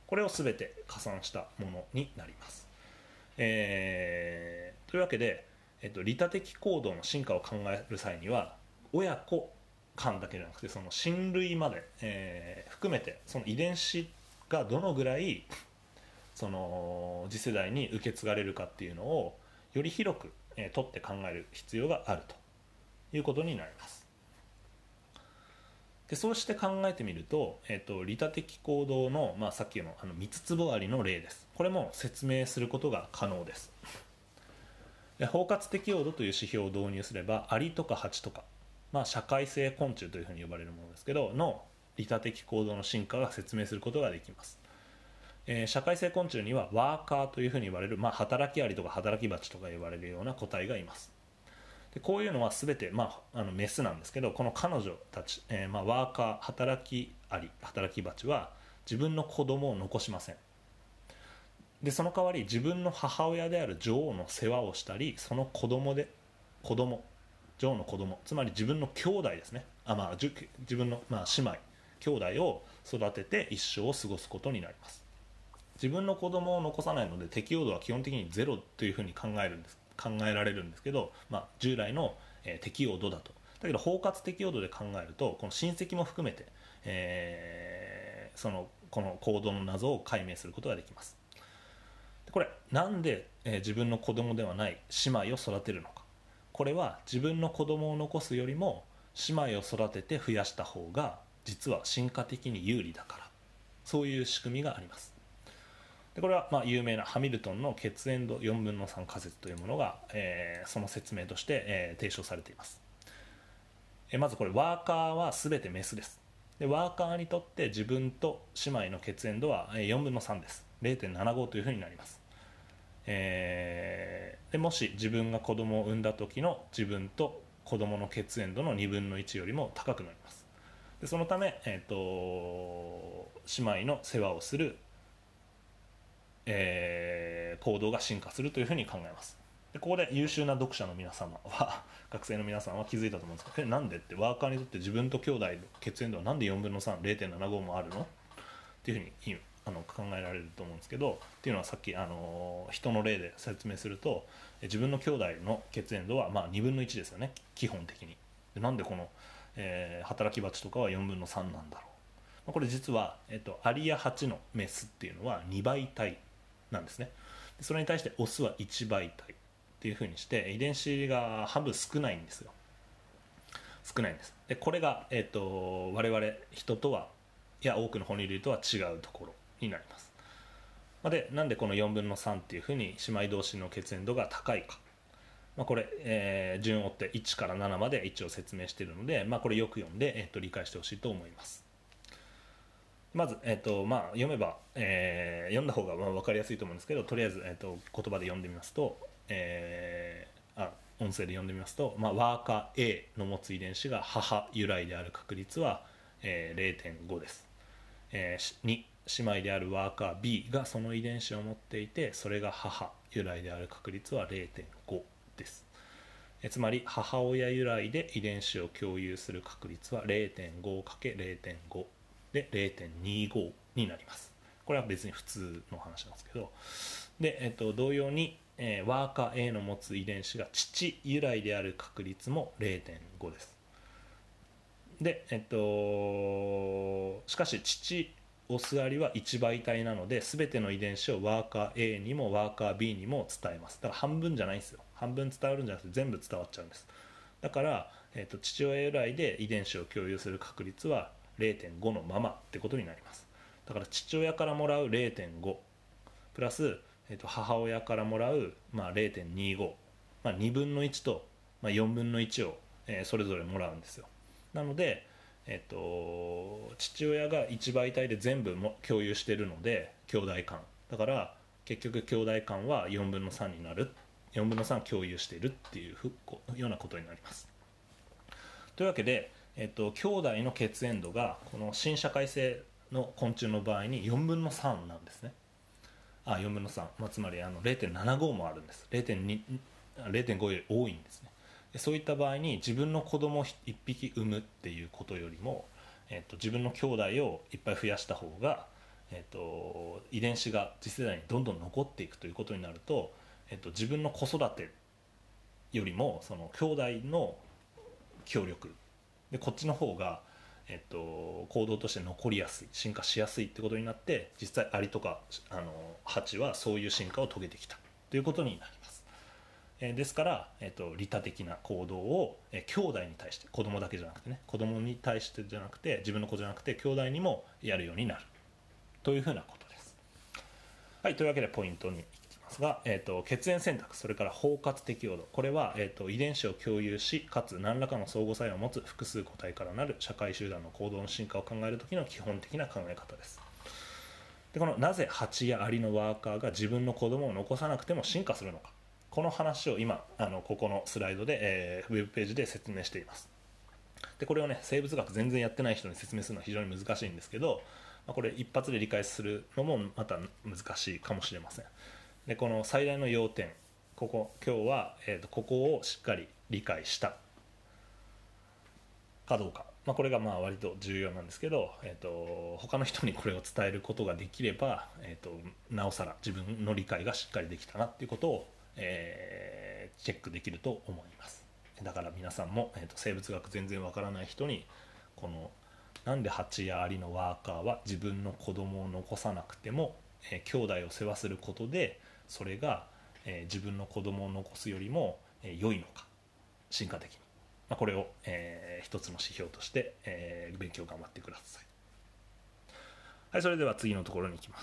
これを全て加算したものになります。えー、というわけで、えっと、利他的行動の進化を考える際には親子間だけじゃなくてその親類まで、えー、含めてその遺伝子がどのぐらいその次世代に受け継がれるかっていうのをより広く、えー、取って考える必要があるということになります。でそうして考えてみると、えーと、利他的行動の、まあ、さっきのあの三つつぼアリの例です。これも説明することが可能です。で包括適応度という指標を導入すればアリとかハチとか、まあ、社会性昆虫というふうに呼ばれるものですけどの利他的行動の進化が説明することができます。えー、社会性昆虫にはワーカーというふうに言われる、まあ、働きアリとか働きバチとか言われるような個体がいます。でこういうのは全て、まあ、あのメスなんですけどこの彼女たち、えーまあ、ワーカー働きアリ働きバチは自分の子供を残しません。でその代わり自分の母親である女王の世話をしたりその子供で子供女王の子供つまり自分の兄弟ですねあ、まあ、自分の、まあ、姉妹兄弟を育てて一生を過ごすことになります。自分の子供を残さないので適応度は基本的にゼロというふうに考えるんです考えられるんですけど、まあ、従来の、えー、適応度だと。だけど包括適応度で考えるとこの親戚も含めて、えー、そのこの行動の謎を解明することができます。これなんで、えー、自分の子供ではない姉妹を育てるのか。これは自分の子供を残すよりも姉妹を育てて増やした方が実は進化的に有利だから、そういう仕組みがあります。でこれはまあ有名なハミルトンの血縁度よんぶんのさん仮説というものが、えー、その説明として、えー、提唱されています。えー、まずこれワーカーは全てメスです。でワーカーにとって自分と姉妹の血縁度はよんぶんのさんです。 れいてんななご というふうになります。えー、でもし自分が子供を産んだ時の自分と子供の血縁度のにぶんのいちよりも高くなります。でそのため、えーと、姉妹の世話をするえー、行動が進化するというふうに考えます。でここで優秀な読者の皆様は学生の皆さんは気づいたと思うんですけど、なんでってワーカーにとって自分と兄弟の血縁度はなんでよんぶんのさん れいてんななご もあるのっていうふうにあの考えられると思うんですけど、っていうのはさっきあの人の例で説明すると自分の兄弟の血縁度はまあにぶんのいちですよね基本的に。でなんでこの、えー、働き蜂とかはよんぶんのさんなんだろう。これ実は、えっと、アリやハチのメスっていうのはにばい体なんですね。それに対してオスはいちばい体っていう風にして遺伝子が半分少ないんですよ。少ないんです。でこれが、えーと、我々人とはいや多くの哺乳類とは違うところになります。でなんでこのよんぶんのさんっていう風に姉妹同士の血縁度が高いか、まあ、これ、えー、順を追っていちからななまで一応説明しているので、まあ、これよく読んで、えーと、理解してほしいと思います。まず、えーとまあ、読めば、えー、読んだ方がまあ分かりやすいと思うんですけど、とりあえず、えーと言葉で読んでみますと、えー、あ音声で読んでみますと、まあ、ワーカー A の持つ遺伝子が母由来である確率は、えー、れいてんごです。えー、に姉妹であるワーカー B がその遺伝子を持っていてそれが母由来である確率は れいてんご です。えつまり母親由来で遺伝子を共有する確率は れいてんごかけるれいてんご で れいてんにご になります。これは別に普通の話なんですけど、で、えっと、同様に、えー、ワーカー A の持つ遺伝子が父由来である確率も れいてんご です。で、えっと、しかし父オスアリはいちばい体なので全ての遺伝子をワーカー A にもワーカー B にも伝えます。だから半分じゃないんですよ。半分伝わるんじゃなくて全部伝わっちゃうんです。だから、えっと、父親由来で遺伝子を共有する確率は れいてんご のままってことになります。だから父親からもらう れいてんご プラス、えっと、母親からもらう、まあ、れいてんにご、まあ、にぶんのいちと、まあ、よんぶんのいちを、えー、それぞれもらうんですよ。なので、えっと、父親がいちばい体で全部も共有しているので兄弟間だから結局兄弟間はよんぶんのさんになる、よんぶんのさん共有しているっていうようなことになります。というわけで、えっと、兄弟の血縁度がこの新社会性の昆虫の場合によんぶんのさんなんですね。あよんぶんのさん、まあ、つまりあの れいてんななご もあるんです。 れいてんに れいてんご より多いんですね。そういった場合に自分の子供をいっぴき産むっていうことよりも、えっと、自分の兄弟をいっぱい増やした方が、 えっと、遺伝子が次世代にどんどん残っていくということになると、えっと、自分の子育てよりもその兄弟の協力でこっちの方が、えっと、行動として残りやすい、進化しやすいってことになって、実際アリとかあのハチはそういう進化を遂げてきたということになります。えー、ですから、えっと、利他的な行動を、えー、兄弟に対して、子供だけじゃなくてね、子供に対してじゃなくて、自分の子じゃなくて兄弟にもやるようになるというふうなことです。はい、というわけでポイントにいきますが、えーと、血縁選択、それから包括適応度、これは、えーと、遺伝子を共有しかつ何らかの相互作用を持つ複数個体からなる社会集団の行動の進化を考えるときの基本的な考え方です。でこのなぜハチやアリのワーカーが自分の子供を残さなくても進化するのか、この話を今あのここのスライドで、えー、ウェブページで説明しています。でこれをね、生物学全然やってない人に説明するのは非常に難しいんですけど、まあ、これ一発で理解するのもまた難しいかもしれません。でこの最大の要点、ここ今日は、えーと、ここをしっかり理解したかどうか、まあ、これがまあ割と重要なんですけど、えーと、他の人にこれを伝えることができれば、えーと、なおさら自分の理解がしっかりできたなっていうことを、えー、チェックできると思います。だから皆さんも、えーと、生物学全然わからない人に、このなんでハチやアリのワーカーは自分の子供を残さなくても、えー、兄弟を世話することでそれが、えー、自分の子供を残すよりも、えー、良いのか、進化的に、まあ、これを、えー、一つの指標として、えー、勉強頑張ってください。はい、それでは次のところに行きます。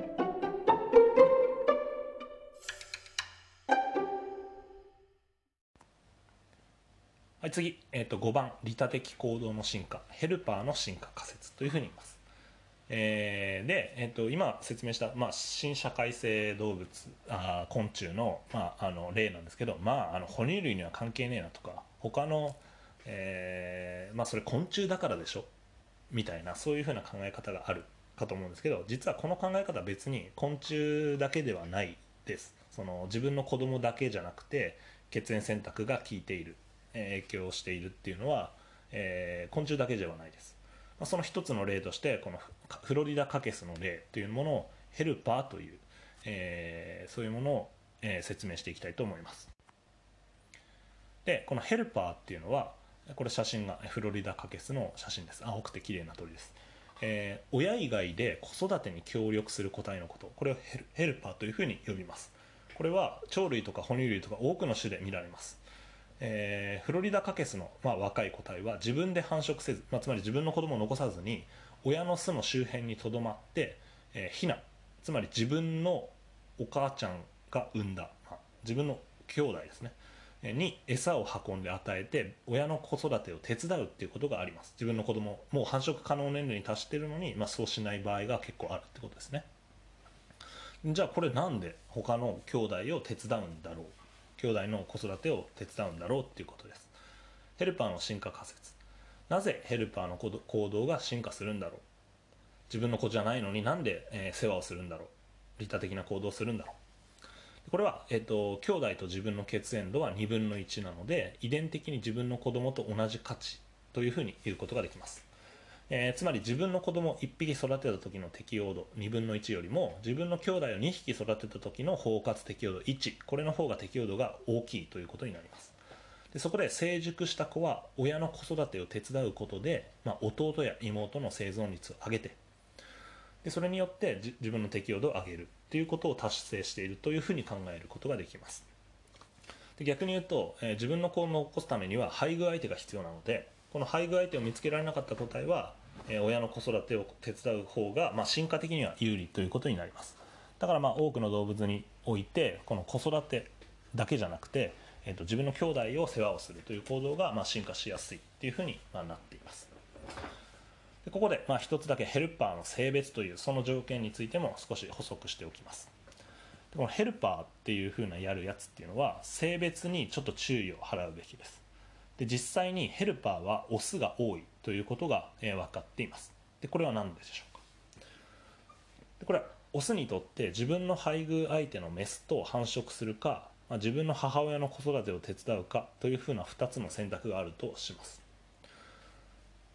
はい、次、えー、とごばん、利他的行動の進化、ヘルパーの進化仮説というふうに言います。えー、で、えー、と今説明した、まあ、新社会性動物、あ昆虫の、まあ、あの例なんですけど、まあ、あの哺乳類には関係ねえなとか、他の、えーまあ、それ昆虫だからでしょみたいな、そういうふうな考え方があるかと思うんですけど、実はこの考え方は別に昆虫だけではないです。その自分の子供だけじゃなくて血縁選択が効いている、影響しているっていうのは、えー、昆虫だけではないです。その一つの例としてこのフロリダカケスの例というものをヘルパーという、えー、そういうものを、えー、説明していきたいと思います。でこのヘルパーっていうのは、これ写真がフロリダカケスの写真です。青くて綺麗な鳥です。えー、親以外で子育てに協力する個体のこと、これをヘル、ヘルパーというふうに呼びます。これは鳥類とか哺乳類とか多くの種で見られます。えー、フロリダカケスの、まあ、若い個体は自分で繁殖せず、まあ、つまり自分の子供を残さずに親の巣の周辺にとどまって、えー、ヒナ、つまり自分のお母ちゃんが産んだ、まあ、自分の兄弟ですねに餌を運んで与えて親の子育てを手伝うっていうことがあります。自分の子供もう繁殖可能年齢に達しているのに、まあ、そうしない場合が結構あるってことですね。じゃあこれなんで他の兄弟を手伝うんだろう、兄弟の子育てを手伝うんだろうっていうことです。ヘルパーの進化仮説、なぜヘルパーの行動が進化するんだろう、自分の子じゃないのになんで、えー、世話をするんだろう、利他的な行動をするんだろう。これは、えーと、兄弟と自分の血縁度はにぶんのいちなので遺伝的に自分の子供と同じ価値というふうに言うことができます。えー、つまり自分の子供をいっぴき育てた時の適応度にぶんのいちよりも自分の兄弟をにひき育てた時の包括適応度いち、これの方が適応度が大きいということになります。でそこで成熟した子は親の子育てを手伝うことで、まあ、弟や妹の生存率を上げて、でそれによって自分の適応度を上げるということを達成しているというふうに考えることができます。で逆に言うと、えー、自分の子を残すためには配偶相手が必要なので、この配偶相手を見つけられなかった個体は、えー、親の子育てを手伝う方が、まあ、進化的には有利ということになります。だからまあ多くの動物においてこの子育てだけじゃなくて、えー、と自分の兄弟を世話をするという行動がまあ進化しやすいというふうにまあなっています。でここでまあ一つだけヘルパーの性別というその条件についても少し補足しておきます。このヘルパーっていう風なやるやつっていうのは性別にちょっと注意を払うべきです。で実際にヘルパーはオスが多いということが、えー、分かっています。でこれは何でしょうか。でこれはオスにとって自分の配偶相手のメスと繁殖するか、まあ、自分の母親の子育てを手伝うかという風なふたつの選択があるとします。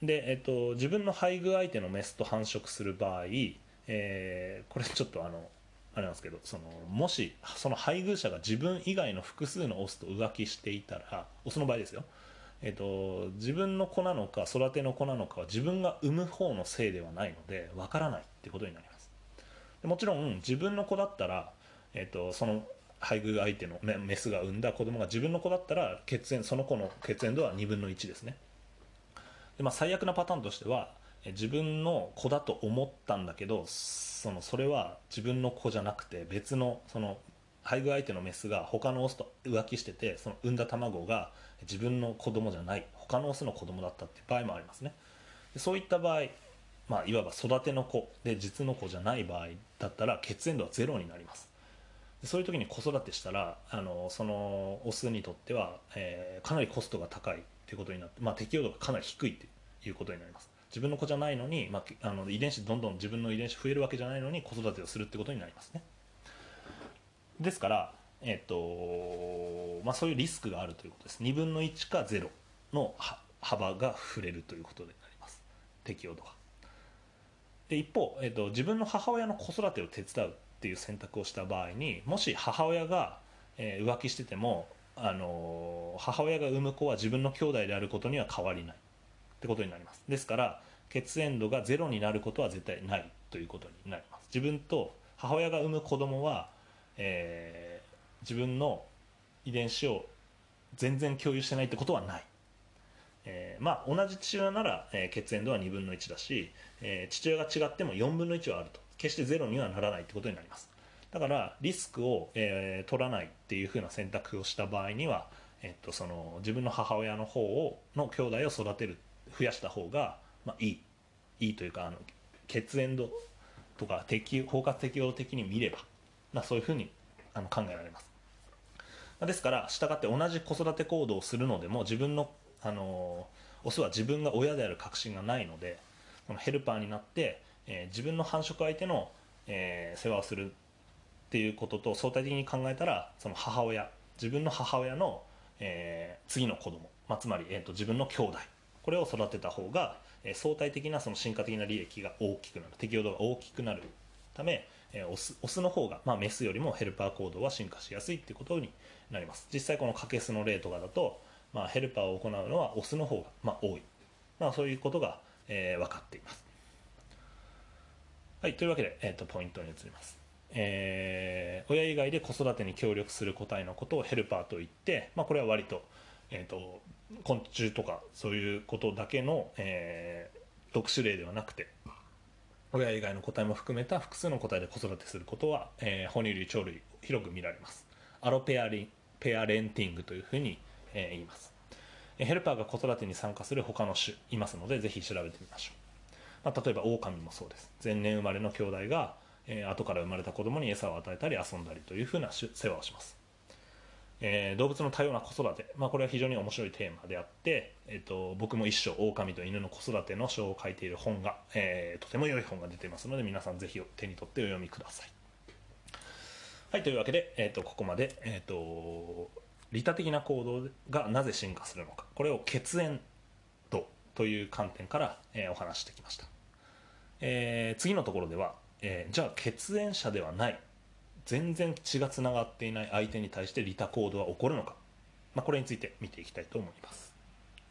で、えっと、自分の配偶相手のメスと繁殖する場合、えーこれちょっとあのあれなんですけど、そのもしその配偶者が自分以外の複数のオスと浮気していたら、オスの場合ですよ、えっと、自分の子なのか育ての子なのかは自分が産む方のせいではないのでわからないってことになります。でもちろん自分の子だったら、えっと、その配偶相手のメメスが産んだ子供が自分の子だったら血縁その子の血縁度はにぶんのいちですね。で、まあ、最悪なパターンとしては、え自分の子だと思ったんだけど、そのそれは自分の子じゃなくて別のその配偶相手のメスが他のオスと浮気してて、その産んだ卵が自分の子供じゃない他のオスの子供だったっていう場合もありますね。でそういった場合、まあ、いわば育ての子で実の子じゃない場合だったら血縁度はゼロになります。でそういう時に子育てしたら、あのそのオスにとっては、えーかなりコストが高いっていうことになって、まあ、適応度がかなり低いっていうことになります。自分の子じゃないのに、まあ、あの遺伝子どんどん自分の遺伝子増えるわけじゃないのに子育てをするってことになりますね。ですから、えっとまあ、そういうリスクがあるということです。にぶんのいちかゼロの幅が触れるということになります、適応度が。で一方、えっと、自分の母親の子育てを手伝うっていう選択をした場合に、もし母親が、えー浮気してても、あのー母親が産む子は自分の兄弟であることには変わりないってことになります。ですから血縁度がゼロになることは絶対ないということになります。自分と母親が産む子供は、えー自分の遺伝子を全然共有してないってことはない。えーまあ、同じ父親なら、えー血縁度はにぶんのいちだし、えー父親が違ってもよんぶんのいちはあると、決してゼロにはならないってことになります。だからリスクを、えー取らないっていうふうな選択をした場合には、えっと、その自分の母親の方をの兄弟を育てる増やした方が、まあ、いいいいというか、あの血縁度とか適包括適応的に見れば、まあ、そういうふうにあの考えられます。ですから従って同じ子育て行動をするのでも、自分の、あのオスは自分が親である確信がないので、このヘルパーになって、えー自分の繁殖相手の、えー世話をするっていうことと相対的に考えたら、その母親自分の母親の、えー次の子供、まあ、つまり、えーと自分の兄弟、これを育てた方が、えー相対的なその進化的な利益が大きくなる、適応度が大きくなるため、えーオスオスの方が、まあ、メスよりもヘルパー行動は進化しやすいっていうことになります。実際このカケスの例とかだと、まあ、ヘルパーを行うのはオスの方が、まあ、多い、まあ、そういうことが、えー分かっています。はい、というわけで、えーとポイントに移ります。えー親以外で子育てに協力する個体のことをヘルパーといって、まあ、これは割と、えーと昆虫とかそういうことだけの、えー特殊例ではなくて、親以外の個体も含めた複数の個体で子育てすることは、えー哺乳類鳥類広く見られます。アロペアリペアレンティングというふうに、えー言います。ヘルパーが子育てに参加する他の種いますので、ぜひ調べてみましょう。まあ、例えばオオカミもそうです。前年生まれの兄弟が、えー後から生まれた子供に餌を与えたり遊んだりというふうな世話をします。えー動物の多様な子育て、まあ、これは非常に面白いテーマであって、えー、と僕も一生狼と犬の子育ての書を書いている本が、えーとても良い本が出ていますので、皆さんぜひ手に取ってお読みください。はい、というわけで、えー、とここまで、えー、と利他的な行動がなぜ進化するのか、これを血縁度という観点から、えーお話してきました。えー次のところでは、えーじゃあ血縁者ではない、全然血がつながっていない相手に対して利他行動は起こるのか、まあ、これについて見ていきたいと思います。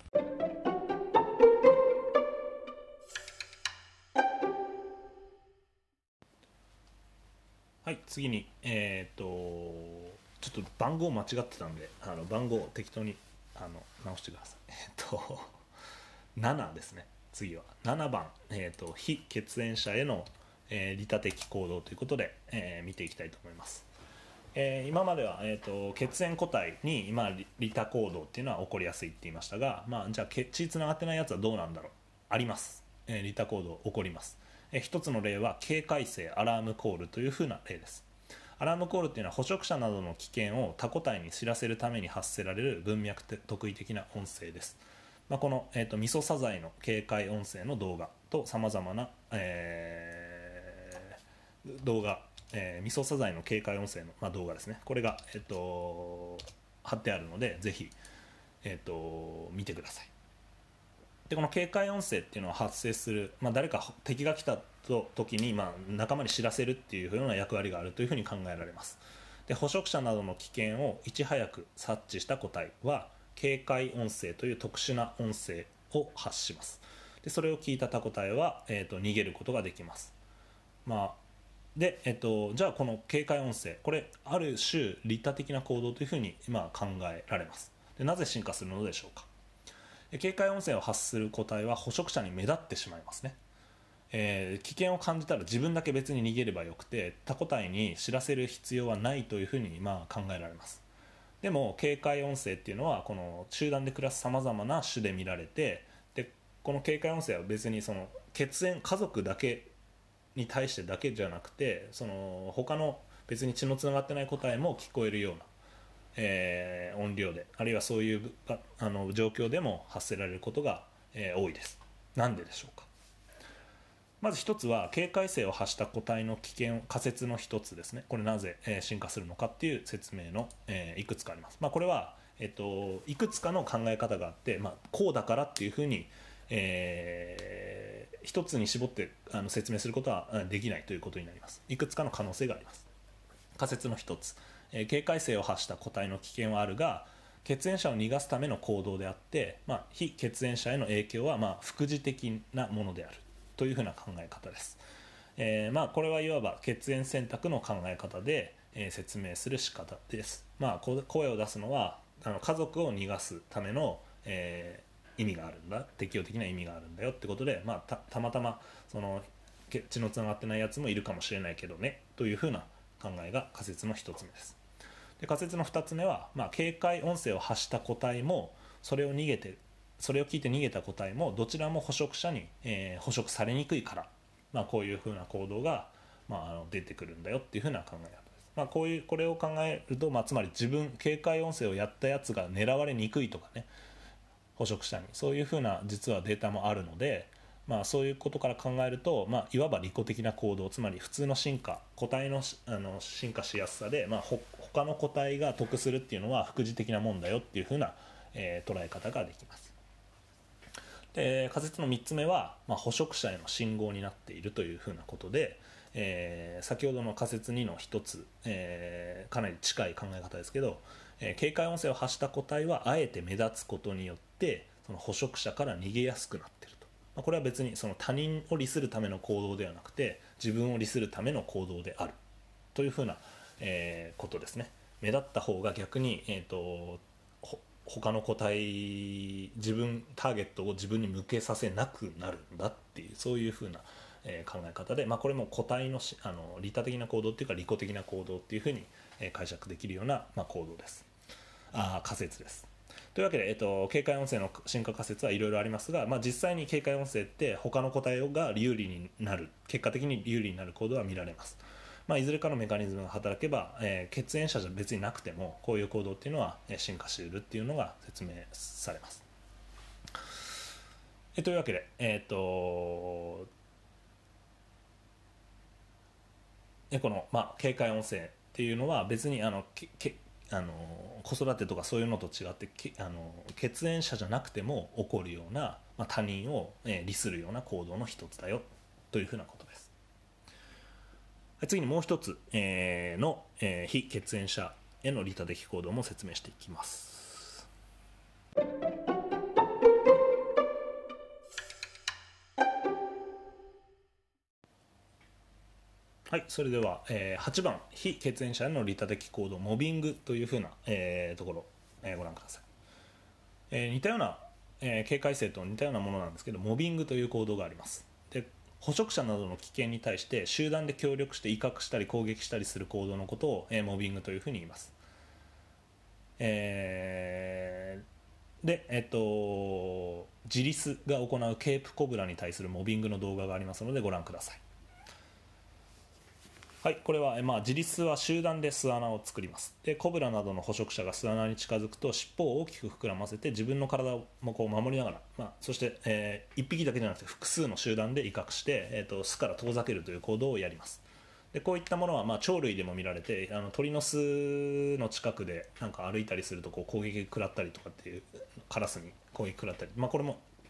はい、次に、えー、とちょっと番号間違ってたんで、あの番号を適当にあの直してください。えっ、とななですね。次はななばん、えー、と非血縁者への、えー利他的行動ということで、えー見ていきたいと思います。えー今までは、えー、と血縁個体に、まあ、利利他行動っていうのは起こりやすいって言いましたが、まあ、じゃあ血つながってないやつはどうなんだろう。あります、えー利他行動起こります。えー一つの例は警戒声アラームコールというふうな例です。アラームコールっていうのは捕食者などの危険を他個体に知らせるために発せられる文脈特異的な音声です。まあ、この、えー、とミソサザイの警戒音声の動画とさまざまな、えー動画、えー、ミソサザイの警戒音声の、まあ、動画ですね、これが、えー、と貼ってあるので、ぜひ、えー、と見てください。 でこの警戒音声っていうのは発生する、まあ、誰か敵が来たと時に、まあ、仲間に知らせるっていうような役割があるというふうに考えられます。で捕食者などの危険をいち早く察知した個体は警戒音声という特殊な音声を発します。でそれを聞いた他個体は、えー、と逃げることができます。まあでえっと、じゃあこの警戒音声、これある種利他的な行動というふうに今考えられます。でなぜ進化するのでしょうか。警戒音声を発する個体は捕食者に目立ってしまいますね。えー、危険を感じたら自分だけ別に逃げればよくて他個体に知らせる必要はないというふうにまあ考えられます。でも警戒音声っていうのはこの集団で暮らすさまざまな種で見られて、でこの警戒音声は別にその血縁家族だけに対してだけじゃなくて、その他の別に血のつながってない個体も聞こえるような、えー、音量で、あるいはそういうあの状況でも発せられることが、えー、多いです。なんででしょうか。まず一つは警戒性を発した個体の危険仮説の一つですね。これなぜ、えー、進化するのかっていう説明の、えー、いくつかあります。まあ、これは、えっと、いくつかの考え方があって、まあ、こうだからっていうふうに、えー、一つに絞ってあの説明することはできないということになります。いくつかの可能性があります。仮説の一つ、えー、警戒性を発した個体の危険はあるが血縁者を逃がすための行動であって、まあ、非血縁者への影響はまあ副次的なものであるというふうな考え方です。えーまあ、これはいわば血縁選択の考え方で、えー、説明する仕方です。まあ、声を出すのはあの家族を逃がすための、えー、意味があるんだ、適応的な意味があるんだよってことで、まあ、た, たまたまその血のつながってないやつもいるかもしれないけどねというふうな考えが仮説の一つ目です。で仮説の二つ目は、まあ、警戒音声を発した個体もそれを逃げてそれを聞いて逃げた個体もどちらも捕食者に、えー、捕食されにくいから、まあ、こういうふうな行動が、まあ、あの出てくるんだよっていうふうな考え方です。まあ、こういうこれを考えると、まあ、つまり自分警戒音声をやったやつが狙われにくいとかね、捕食者にそういうふうな実はデータもあるので、まあ、そういうことから考えると、まあ、いわば利己的な行動、つまり普通の進化個体の、あの進化しやすさで、まあ、ほ他の個体が得するっていうのは副次的なもんだよっていうふうな、えー、捉え方ができます。で仮説のみっつめは、まあ、捕食者への信号になっているというふうなことで、えー、先ほどの仮説にのひとつ、えー、かなり近い考え方ですけど、えー、警戒音声を発した個体はあえて目立つことによってその捕食者から逃げやすくなっていると、まあ、これは別にその他人を利するための行動ではなくて自分を利するための行動であるというふうな、えー、ことですね。目立った方が逆に、えーと他の個体自分ターゲットを自分に向けさせなくなるんだっていうそういうふうな、えー、考え方で、まあ、これも個体のしあの利他的な行動っていうか利己的な行動っていうふうに、えー、解釈できるような、まあ、行動です。あ仮説です。というわけで、えっと、警戒音声の進化仮説はいろいろありますが、まあ、実際に警戒音声って他の個体が有利になる結果的に有利になる行動は見られます。まあ、いずれかのメカニズムが働けば、えー、血縁者じゃ別になくてもこういう行動っていうのは進化しているっていうのが説明されます。えというわけで、えー、とこの、まあ、警戒音声っていうのは別にあのけけあの子育てとかそういうのと違ってけあの血縁者じゃなくても起こるような、まあ、他人を、えー、利するような行動の一つだよというふうなことです。次にもう一つ、えー、の、えー、非血縁者への利他的行動も説明していきます。はい、それでは、えー、はちばん非血縁者への利他的行動モビングというふうな、えー、ところ、えー、ご覧ください。えー、似たような、えー、警戒性と似たようなものなんですけどモビングという行動があります。で捕食者などの危険に対して集団で協力して威嚇したり攻撃したりする行動のことを、えー、モビングというふうに言います。えー、で、えっと、ジリスが行うケープコブラに対するモビングの動画がありますのでご覧ください。はい、これは、まあ、ジリスは集団で巣穴を作ります。でコブラなどの捕食者が巣穴に近づくと尻尾を大きく膨らませて自分の体もこう守りながら、まあ、そして、えー、いっぴきだけじゃなくて複数の集団で威嚇して、えー、と巣から遠ざけるという行動をやります。でこういったものは、まあ、鳥類でも見られてあの鳥の巣の近くでなんか歩いたりするとこう攻撃食らったりとかっていうカラスに攻撃食らったり、まあ、これも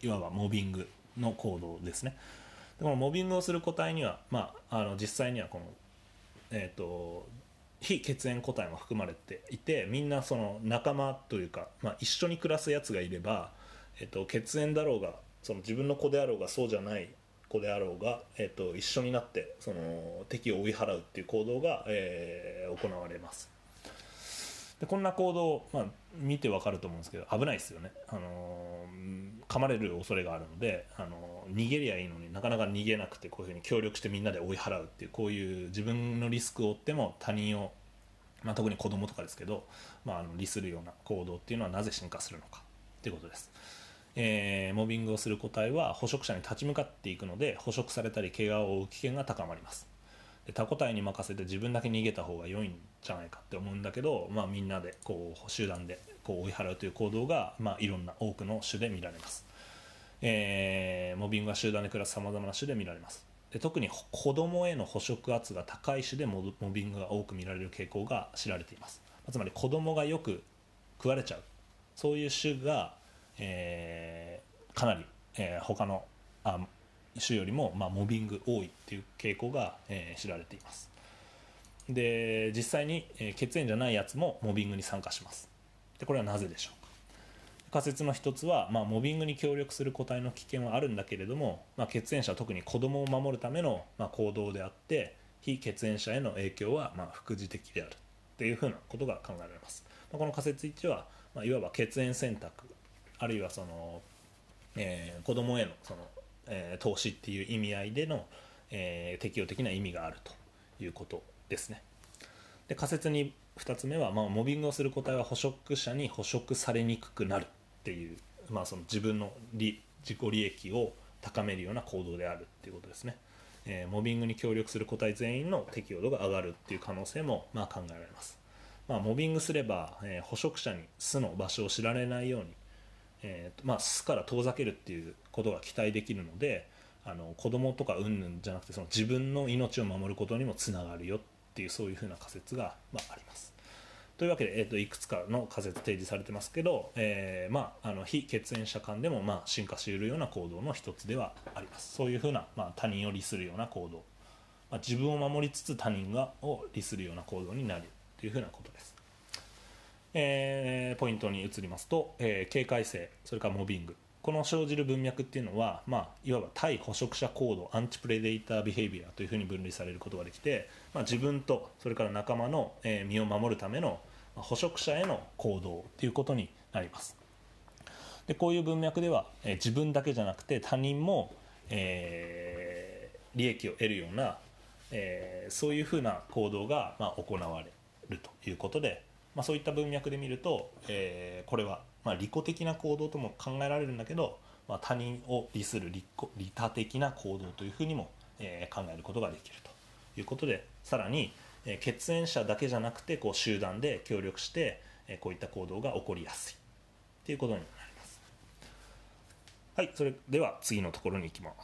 いわばモビングの行動ですね。でこのモビングをする個体には、まあ、あの実際にはこの、えー、と非血縁個体も含まれていて、みんなその仲間というか、まあ、一緒に暮らすやつがいれば、えー、と血縁だろうがその自分の子であろうがそうじゃない子であろうが、えー、と一緒になってその敵を追い払うっていう行動が、えー、行われます。でこんな行動、まあ、見てわかると思うんですけど危ないですよね。あのー、噛まれる恐れがあるので、あのー、逃げりゃいいのになかなか逃げなくて、こういうふうに協力してみんなで追い払うっていう、こういう自分のリスクを負っても他人を、まあ、特に子供とかですけど、まあ、あの利するような行動っていうのはなぜ進化するのかということです。えー、モビングをする個体は捕食者に立ち向かっていくので、捕食されたり怪我を負う危険が高まります。で他個体に任せて自分だけ逃げた方が良いんじゃないかって思うんだけど、まあ、みんなでこう集団でこう追い払うという行動が、まあ、いろんな多くの種で見られます。えー、モビングは集団で暮らすさまざまな種で見られます。で特に子供への捕食圧が高い種でモビングが多く見られる傾向が知られています。つまり子供がよく食われちゃう、そういう種が、えー、かなり、えー、他のあ種よりも、まあ、モビング多いっていう傾向が、えー、知られています。で実際に、えー、血縁じゃないやつもモビングに参加します。でこれはなぜでしょうか。仮説の一つは、まあ、モビングに協力する個体の危険はあるんだけれども、まあ、血縁者は特に子供を守るための、まあ、行動であって、非血縁者への影響は、まあ、副次的であるというふうなことが考えられます。まあ、この仮説いちは、まあ、いわば血縁選択、あるいはその、えー、子供へのその、えー、投資っていう意味合いでの、えー、適用的な意味があるということですね。で仮説にふたつめは、まあ、モビングをする個体は捕食者に捕食されにくくなるっていう、まあ、その自分の利自己利益を高めるような行動であるっていうことですね。えー、モビングに協力する個体全員の適用度が上がるっていう可能性も、まあ、考えられます。まあ、モビングすれば、えー、捕食者に巣の場所を知られないように、えーまあ、巣から遠ざけるっていうことが期待できるので、あの子供とかうんぬんじゃなくて、その自分の命を守ることにもつながるよっていう、そういうふうな仮説が、まあ、あります。というわけで、えー、といくつかの仮説提示されてますけど、えーまあ、あの非血縁者間でも、まあ、進化し得るような行動の一つではあります。そういうふうな、まあ、他人を利するような行動、まあ、自分を守りつつ他人がを利するような行動になるというふうなことです。えー、ポイントに移りますと、えー、警戒性、それからモビング、この生じる文脈っていうのは、まあ、いわば対捕食者行動、アンチプレデータービヘイビアというふうに分類されることができて、まあ、自分とそれから仲間の、えー、身を守るための捕食者への行動ということになります。でこういう文脈では、えー、自分だけじゃなくて他人も、えー、利益を得るような、えー、そういうふうな行動が、まあ、行われるということで、まあ、そういった文脈で見ると、えー、これは、まあ、利己的な行動とも考えられるんだけど、まあ、他人を利する利利他的な行動というふうにも、えー、考えることができるということで、さらに、えー、血縁者だけじゃなくてこう集団で協力して、えー、こういった行動が起こりやすいということになります。はい、それでは次のところに行きます。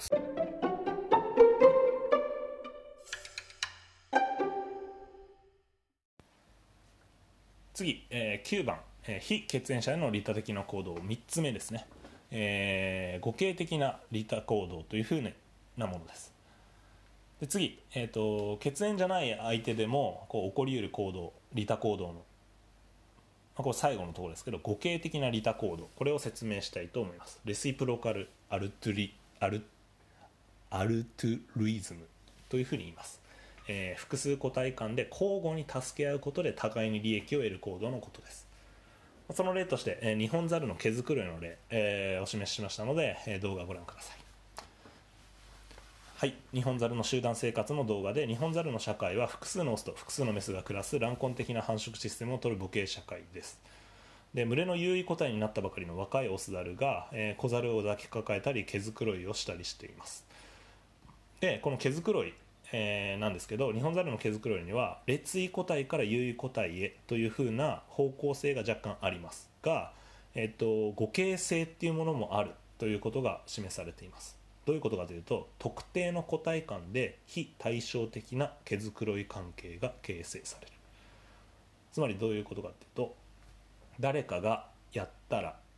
次、えー、きゅうばん、えー、非血縁者への利他的な行動、みっつめですね。えー、互恵的な利他行動というふうなものです。で次、えーと、血縁じゃない相手でもこう起こりうる行動、利他行動の、まあ、これ最後のところですけど、互恵的な利他行動、これを説明したいと思います。レシプロカルアルトゥリアルアルトゥルイズムというふうに言います。えー、複数個体間で交互に助け合うことで互いに利益を得る行動のことです。その例として、えー、ニホンザルの毛づくろいの例、えー、お示ししましたので、えー、動画をご覧ください。はい、ニホンザルの集団生活の動画で、ニホンザルの社会は複数のオスと複数のメスが暮らす卵根的な繁殖システムをとる母系社会です。で群れの優位個体になったばかりの若いオスザルが、えー、子ザルを抱きかかえたり毛づくろいをしたりしています。でこの毛づくろい、えー、なんですけど、ニホンザルの毛づくろいには劣位個体から優位個体へというふうな方向性が若干ありますが、えー、と互恵性っていうものもあるということが示されています。どういうことかというと、特定の個体間で非対称的な毛づくろい関係が形成される。つまりどういうことかというと、誰かがやったら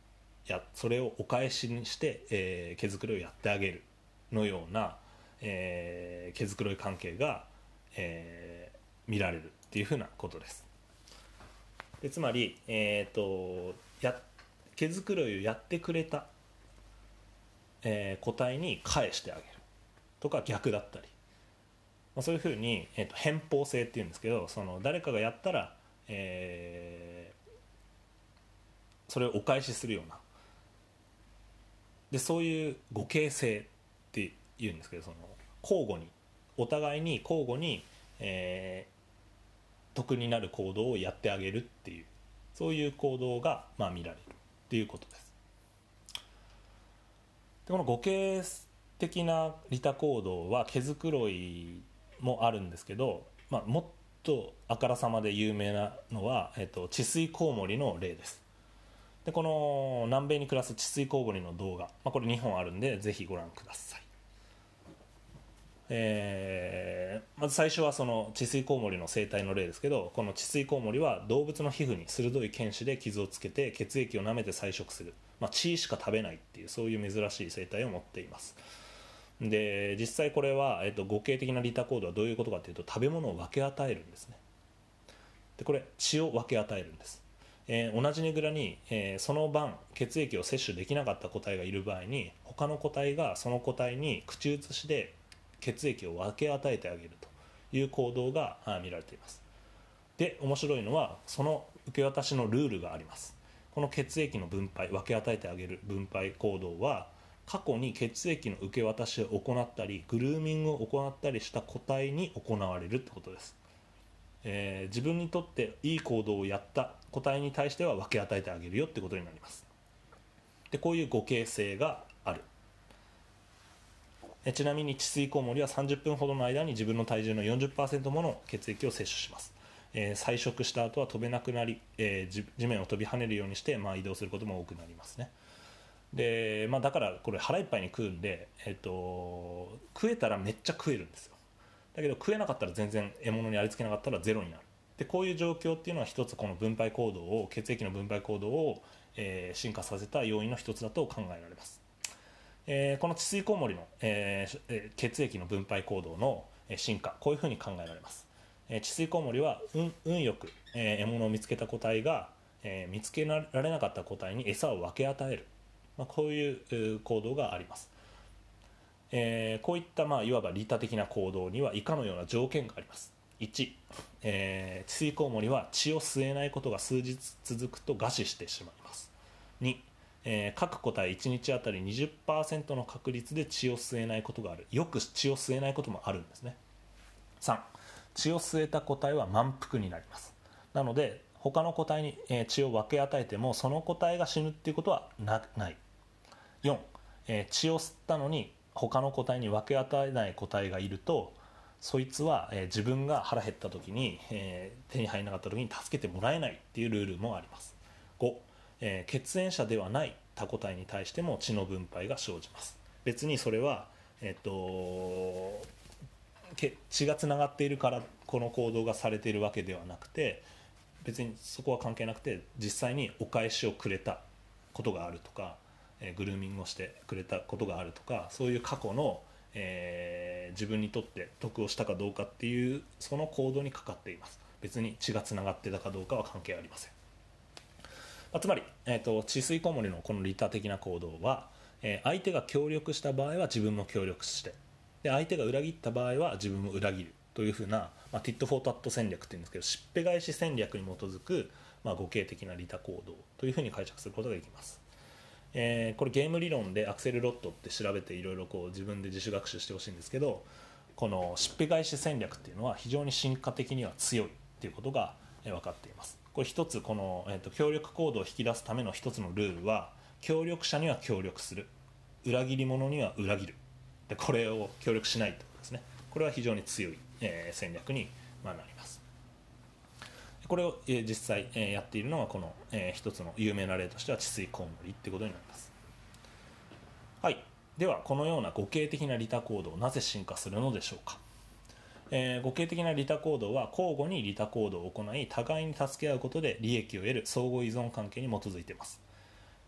やそれをお返しにして、えー、毛づくろいをやってあげるのような、えー、毛づくろい関係が、えー、見られるっていうふうなことです。でつまり、えー、とや毛づくろいをやってくれた、えー、個体に返してあげるとか逆だったり、まあ、そういうふうに、えー、と偏方性っていうんですけど、その誰かがやったら、えー、それをお返しするようなで、そういう互恵性っていうんですけど、その交互にお互いに交互に、えー、得になる行動をやってあげるっていう、そういう行動が、まあ、見られるっていうことです。でこの互恵的な利他行動は毛づくろいもあるんですけど、まあ、もっとあからさまで有名なのは、えっと、治水コウモリの例です。でこの南米に暮らす治水コウモリの動画、まあ、これにほんあるんでぜひご覧ください。えー、まず最初はその治水コウモリの生態の例ですけど、この治水コウモリは動物の皮膚に鋭い犬歯で傷をつけて血液を舐めて採食する、まあ、血しか食べないっていう、そういう珍しい生態を持っています。で実際これは、えっと、互恵的な利他行動はどういうことかというと、食べ物を分け与えるんですね。でこれ血を分け与えるんです。えー、同じねぐらに、えー、その晩血液を摂取できなかった個体がいる場合に、他の個体がその個体に口移しで血液を分け与えてあげるという行動が見られています。で面白いのは、その受け渡しのルールがあります。この血液の分配、分け与えてあげる分配行動は、過去に血液の受け渡しを行ったりグルーミングを行ったりした個体に行われるってことです。えー、自分にとっていい行動をやった個体に対しては分け与えてあげるよってことになります。でこういう互恵性がある。えちなみに治水コウモリはさんじゅっぷんほどの間に自分の体重の よんじゅっパーセント もの血液を摂取します。えー、採食した後は飛べなくなり、えー、地面を飛び跳ねるようにして、まあ、移動することも多くなりますね。で、まあ、だからこれ腹いっぱいに食うんで、えー、と食えたらめっちゃ食えるんですよ。だけど食えなかったら全然獲物にありつけなかったらゼロになる。でこういう状況っていうのは一つこの分配行動を血液の分配行動を、えー、進化させた要因の一つだと考えられます。えー、この治水コウモリの、えー、血液の分配行動の進化、こういうふうに考えられます。えー、治水コウモリは運、運よく、えー、獲物を見つけた個体が、えー、見つけられなかった個体に餌を分け与える、まあ、こういう行動があります。えー、こういった、まあ、いわば利他的な行動には以下のような条件があります。いち、えー、治水コウモリは血を吸えないことが数日続くと餓死してしまいます。に、えー、各個体いちにちあたり にじゅっパーセント の確率で血を吸えないことがある。よく血を吸えないこともあるんですね。さん、血を吸えた個体は満腹になります。なので他の個体に、えー、血を分け与えてもその個体が死ぬっていうことは な, ない。よん、えー、血を吸ったのに他の個体に分け与えない個体がいると、そいつは、えー、自分が腹減った時に、えー、手に入らなかった時に助けてもらえないっていうルールもあります。ご、えー、血縁者ではない他個体に対しても血の分配が生じます。別にそれは、えー、と血がつながっているからこの行動がされているわけではなくて、別にそこは関係なくて、実際にお返しをくれたことがあるとか、グルーミングをしてくれたことがあるとか、そういう過去の、えー、自分にとって得をしたかどうかっていうその行動にかかっています。別に血がつながってたかどうかは関係ありません。まあ、つまり、えーと、治水コウモリのこの利他的な行動は、えー、相手が協力した場合は自分も協力して、で相手が裏切った場合は自分も裏切るというふうな、まあ、ティット・フォー・タット戦略っていうんですけど、しっぺ返し戦略に基づく、まあ、互恵的な利他行動というふうに解釈することができます。えー、これゲーム理論でアクセルロットって調べていろいろこう自分で自主学習してほしいんですけど、このしっぺ返し戦略っていうのは非常に進化的には強いっていうことが分かっています。これ一つこの、えー、と協力行動を引き出すための一つのルールは、協力者には協力する、裏切り者には裏切る、でこれを協力しないということですね。これは非常に強い、えー、戦略に、まあ、なります。これを、えー、実際、えー、やっているのはこの、えー、一つの有名な例としては治水コウモリってことになります。はい、ではこのような互恵的な利他行動、なぜ進化するのでしょうか。えー、互恵的な利他行動は交互に利他行動を行い互いに助け合うことで利益を得る相互依存関係に基づいています。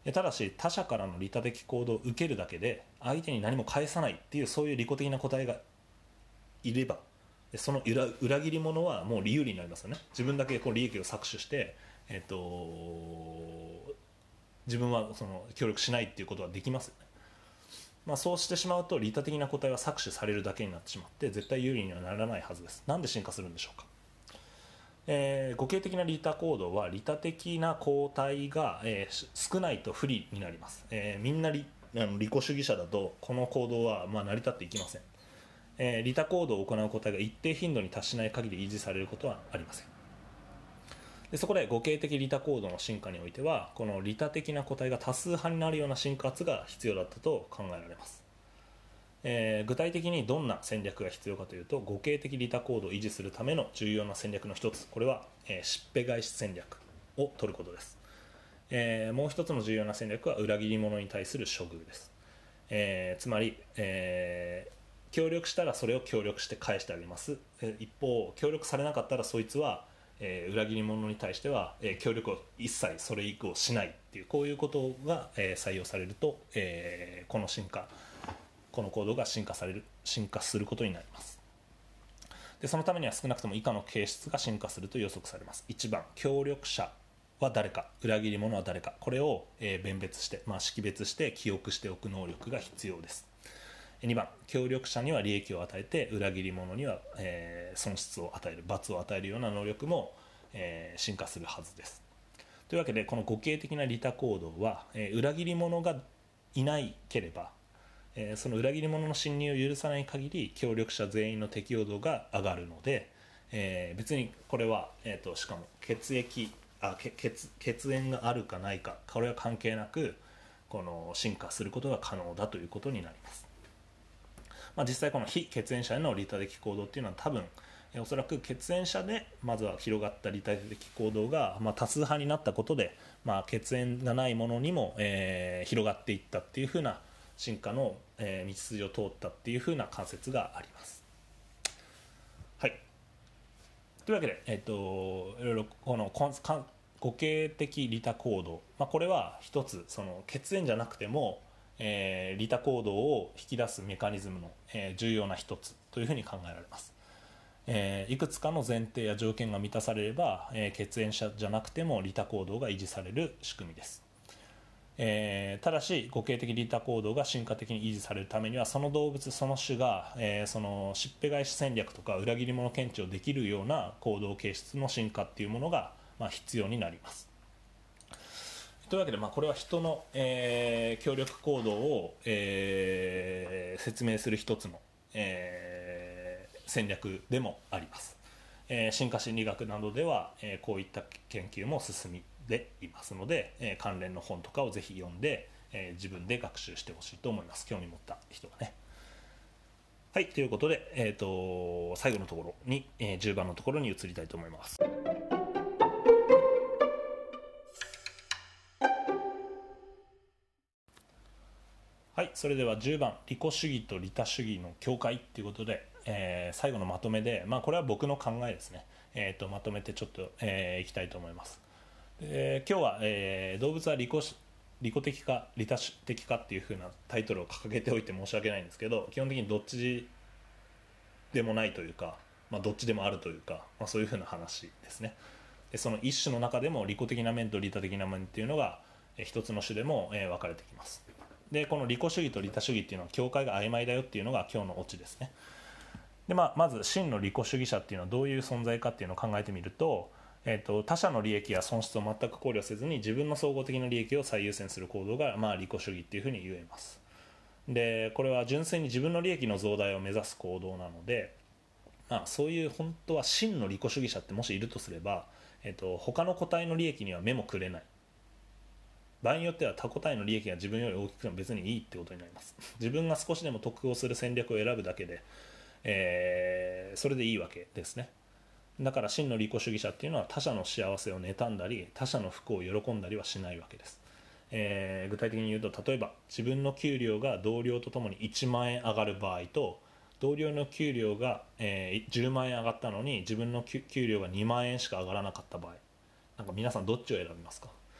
ただし他者からの利他的行動を受けるだけで相手に何も返さないっていう、そういう利己的な個体がいれば、その 裏, 裏切り者はもう有利になりますよね。自分だけこう利益を搾取して、えっと、自分はその協力しないっていうことはできますよね。まあ、そうしてしまうと利他的な個体は搾取されるだけになってしまって絶対有利にはならないはずです。なんで進化するんでしょうか。えー、互恵的な利他行動は利他的な個体が、えー、少ないと不利になります。えー、みんな利あの利己主義者だとこの行動はまあ成り立っていきません。えー、利他行動を行う個体が一定頻度に達しない限り維持されることはありません。でそこで互恵的利他行動の進化においてはこの利他的な個体が多数派になるような進化圧が必要だったと考えられます。えー、具体的にどんな戦略が必要かというと、互恵的利他行動を維持するための重要な戦略の一つ、これは、えー、しっぺ返し戦略を取ることです。えー、もう一つの重要な戦略は裏切り者に対する処遇です。えー、つまり、えー、協力したらそれを協力して返してあげます。えー、一方協力されなかったらそいつは、えー、裏切り者に対しては、えー、協力を一切それ以降しないっていう、こういうことが、えー、採用されると、えー、この進化この行動が進化される進化することになります。でそのためには少なくとも以下の形質が進化すると予測されます。いちばん、協力者は誰か、裏切り者は誰か、これを、えー、弁別して、まあ、識別して記憶しておく能力が必要です。にばん、協力者には利益を与えて裏切り者には、えー、損失を与える、罰を与えるような能力も、えー、進化するはずです。というわけでこの互恵的な利他行動は、えー、裏切り者がいないければ、えー、その裏切り者の侵入を許さない限り協力者全員の適用度が上がるので、えー、別にこれは、えー、としかも血液あ血血縁があるかないか、これは関係なくこの進化することが可能だということになります。まあ、実際この非血縁者への利他的行動っていうのは多分えおそらく血縁者でまずは広がった利他的行動が、まあ、多数派になったことで、まあ、血縁がないものにも、えー、広がっていったっていう風な進化の、えー、道筋を通ったっていう風な仮説があります。はい。というわけで、えっと、いろいろこの互恵的利他行動、まあ、これは一つその血縁じゃなくても、えー、利他行動を引き出すメカニズムの、えー、重要な一つというふうに考えられます。えー、いくつかの前提や条件が満たされれば、えー、血縁者じゃなくても利他行動が維持される仕組みです。えー、ただし互恵的利他行動が進化的に維持されるためにはその動物その種が、えー、そのしっぺ返し戦略とか裏切り者検知をできるような行動形質の進化っていうものが、まあ、必要になります。というわけで、まあ、これは人の、えー、協力行動を、えー、説明する一つの、えー、戦略でもあります。えー、進化心理学などでは、えー、こういった研究も進みでいますので、えー、関連の本とかをぜひ読んで、えー、自分で学習してほしいと思います。興味持った人がね。はい、ということで、えーと、最後のところに、えー、じゅうばんのところに移りたいと思います。はい、それではじゅうばん、利己主義と利他主義の境界ということで、えー、最後のまとめで、まあ、これは僕の考えですね、えー、とまとめてちょっと、えー、いきたいと思います。えー、今日は、えー、動物は利己利己的か利他的かっていう風なタイトルを掲げておいて申し訳ないんですけど、基本的にどっちでもないというか、まあ、どっちでもあるというか、まあ、そういう風な話ですね。でその一種の中でも利己的な面と利他的な面っていうのが、えー、一つの種でも、えー、分かれてきます。でこの利己主義と利他主義っていうのは境界が曖昧だよっていうのが今日のオチですね。で、まあ、まず真の利己主義者っていうのはどういう存在かっていうのを考えてみると、えー、と他者の利益や損失を全く考慮せずに自分の総合的な利益を最優先する行動が、まあ、利己主義っていうふうに言えます。でこれは純粋に自分の利益の増大を目指す行動なので、まあ、そういう本当は真の利己主義者ってもしいるとすれば、えー、と他の個体の利益には目もくれない。場合によっては他個体の利益が自分より大きくても別にいいってことになります。自分が少しでも得をする戦略を選ぶだけで、えー、それでいいわけですね。だから真の利己主義者っていうのは他者の幸せを妬んだり他者の不幸を喜んだりはしないわけです。えー、具体的に言うと、例えば自分の給料が同僚とともにいちまん円上がる場合と、同僚の給料が、えー、じゅうまん円上がったのに自分の給料がにまん円しか上がらなかった場合、なんか皆さんどっちを選びますか？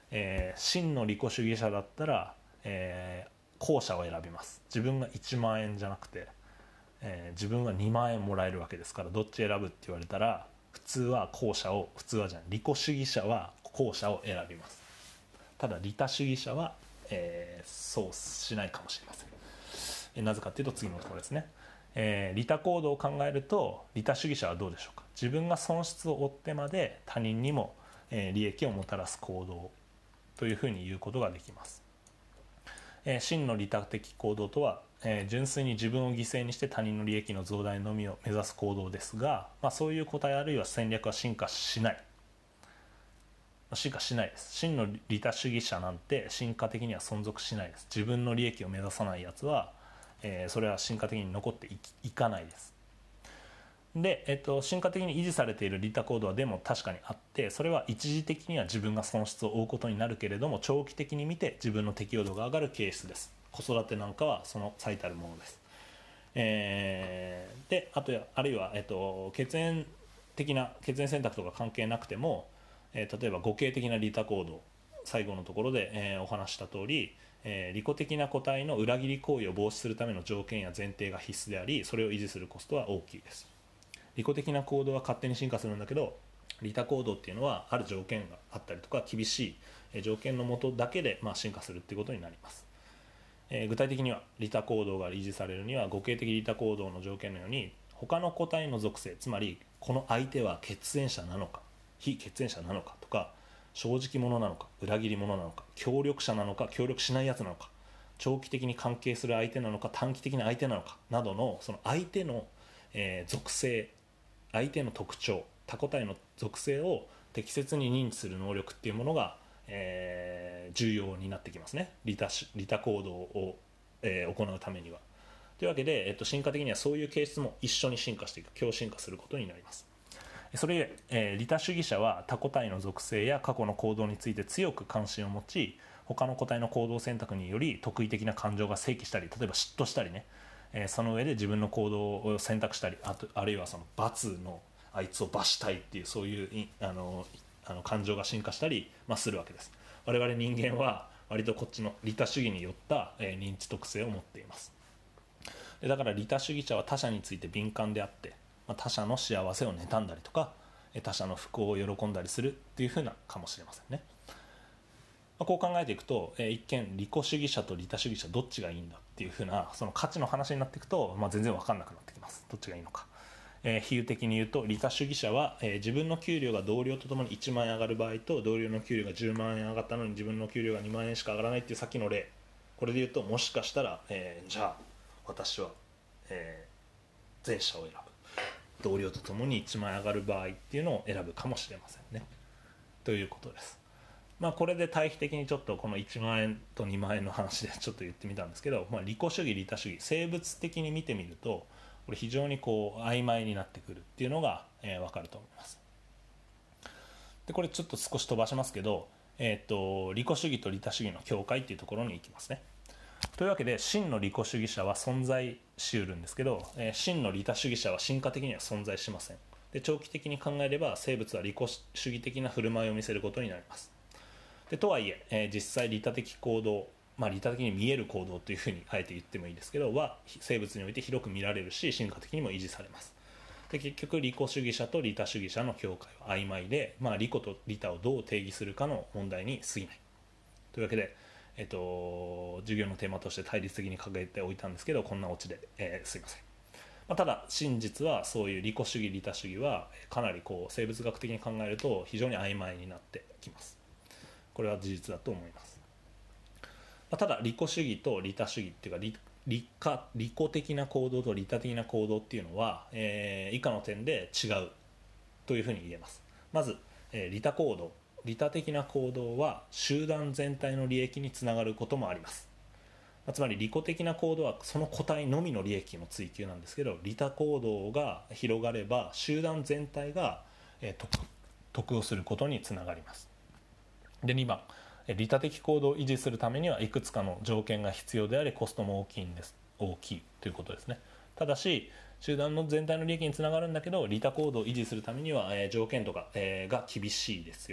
えー、真の利己主義者だったら、えー、後者を選びます。自分がいちまんえんじゃなくて、えー、自分はにまんえんもらえるわけですから、どっち選ぶって言われたら普通は後者を普通はじゃん利己主義者は後者を選びます。ただ利他主義者は、えー、そうしないかもしれません。えー、なぜかっていうと次のところですね。えー、利他行動を考えると利他主義者はどうでしょうか。自分が損失を負ってまで他人にも、えー、利益をもたらす行動というふうに言うことができます。えー、真の利他的行動とは、えー、純粋に自分を犠牲にして他人の利益の増大のみを目指す行動ですが、まあ、そういう答えあるいは戦略は進化しない進化しないです。真の利他主義者なんて進化的には存続しないです。自分の利益を目指さないやつは、えー、それは進化的に残ってい、いかないです。で、えっと、進化的に維持されている利他行動はでも確かにあって、それは一時的には自分が損失を負うことになるけれども、長期的に見て自分の適応度が上がる形質です。子育てなんかはその最たるものです。えー、であとあるいは、えっと、血縁的な血縁選択とか関係なくても、えー、例えば互恵的な利他行動、最後のところで、えー、お話した通り、えー、利己的な個体の裏切り行為を防止するための条件や前提が必須であり、それを維持するコストは大きいです。利己的な行動は勝手に進化するんだけど、利他行動っていうのはある条件があったりとか厳しい条件のもとだけで、まあ、進化するっていうことになります。えー、具体的には利他行動が維持されるには互恵的利他行動の条件のように、他の個体の属性、つまりこの相手は血縁者なのか非血縁者なのかとか、正直者なのか裏切り者なのか、協力者なのか協力しないやつなのか、長期的に関係する相手なのか短期的な相手なのかなどの、その相手の、えー、属性、相手の特徴、他個体の属性を適切に認知する能力っていうものが、えー、重要になってきますね。利他利他行動を、えー、行うためには。というわけで、えっと、進化的にはそういう形質も一緒に進化していく、共進化することになります。それゆええー、利他主義者は他個体の属性や過去の行動について強く関心を持ち、他の個体の行動選択により特異的な感情が生起したり、例えば嫉妬したりね、えー、その上で自分の行動を選択したり、あとあるいはその罰のあいつを罰したいっていう、そういうあのあの感情が進化したり、まあ、するわけです。我々人間は割とこっちの利他主義によった、えー、認知特性を持っています。でだから利他主義者は他者について敏感であって、まあ、他者の幸せを妬んだりとか、他者の不幸を喜んだりするっていうふうなかもしれませんね。まあ、こう考えていくと、えー、一見利己主義者と利他主義者どっちがいいんだっていうふうなその価値の話になっていくと、まあ、全然分かんなくなってきます。どっちがいいのか。えー、比喩的に言うと利他主義者は、えー、自分の給料が同僚とともにいちまんえん上がる場合と、同僚の給料がじゅうまんえん上がったのに自分の給料がにまんえんしか上がらないっていうさっきの例、これで言うともしかしたら、えー、じゃあ私は、えー、前者を選ぶ、同僚とともにいちまんえん上がる場合っていうのを選ぶかもしれませんね、ということです。まあ、これで対比的にちょっとこのいちまんえんとにまんえんの話でちょっと言ってみたんですけど、まあ、利己主義利他主義、生物的に見てみるとこれ非常にこう曖昧になってくるっていうのが、えー、分かると思います。でこれちょっと少し飛ばしますけど、えー、と利己主義と利他主義の境界っていうところに行きますね。というわけで真の利己主義者は存在しうるんですけど、えー、真の利他主義者は進化的には存在しません。で長期的に考えれば生物は利己主義的な振る舞いを見せることになります。でとはいええー、実際利他的行動、まあ、利他的に見える行動というふうにあえて言ってもいいですけどは生物において広く見られるし進化的にも維持されます。で結局利己主義者と利他主義者の境界は曖昧で、まあ、利己と利他をどう定義するかの問題に過ぎないというわけで、えっと、授業のテーマとして対立的に掲げておいたんですけど、こんなオチで、えー、すいません。まあ、ただ真実はそういう利己主義利他主義はかなりこう生物学的に考えると非常に曖昧になってきます。これは事実だと思います。まあ、ただ利己主義と利他主義っていうか 利, 利, 利己的な行動と利他的な行動っていうのは、えー、以下の点で違うというふうに言えます。まず、えー、利他行動、利他的な行動は集団全体の利益につながることもあります。つまり利己的な行動はその個体のみの利益の追求なんですけど、利他行動が広がれば集団全体が、えー、得, 得をすることにつながります。でにばん、利他的行動を維持するためにはいくつかの条件が必要でありコストも大きいんです大きいということですね。ただし集団の全体の利益につながるんだけど利他行動を維持するためには、えー、条件とか、えー、が厳しいですよ。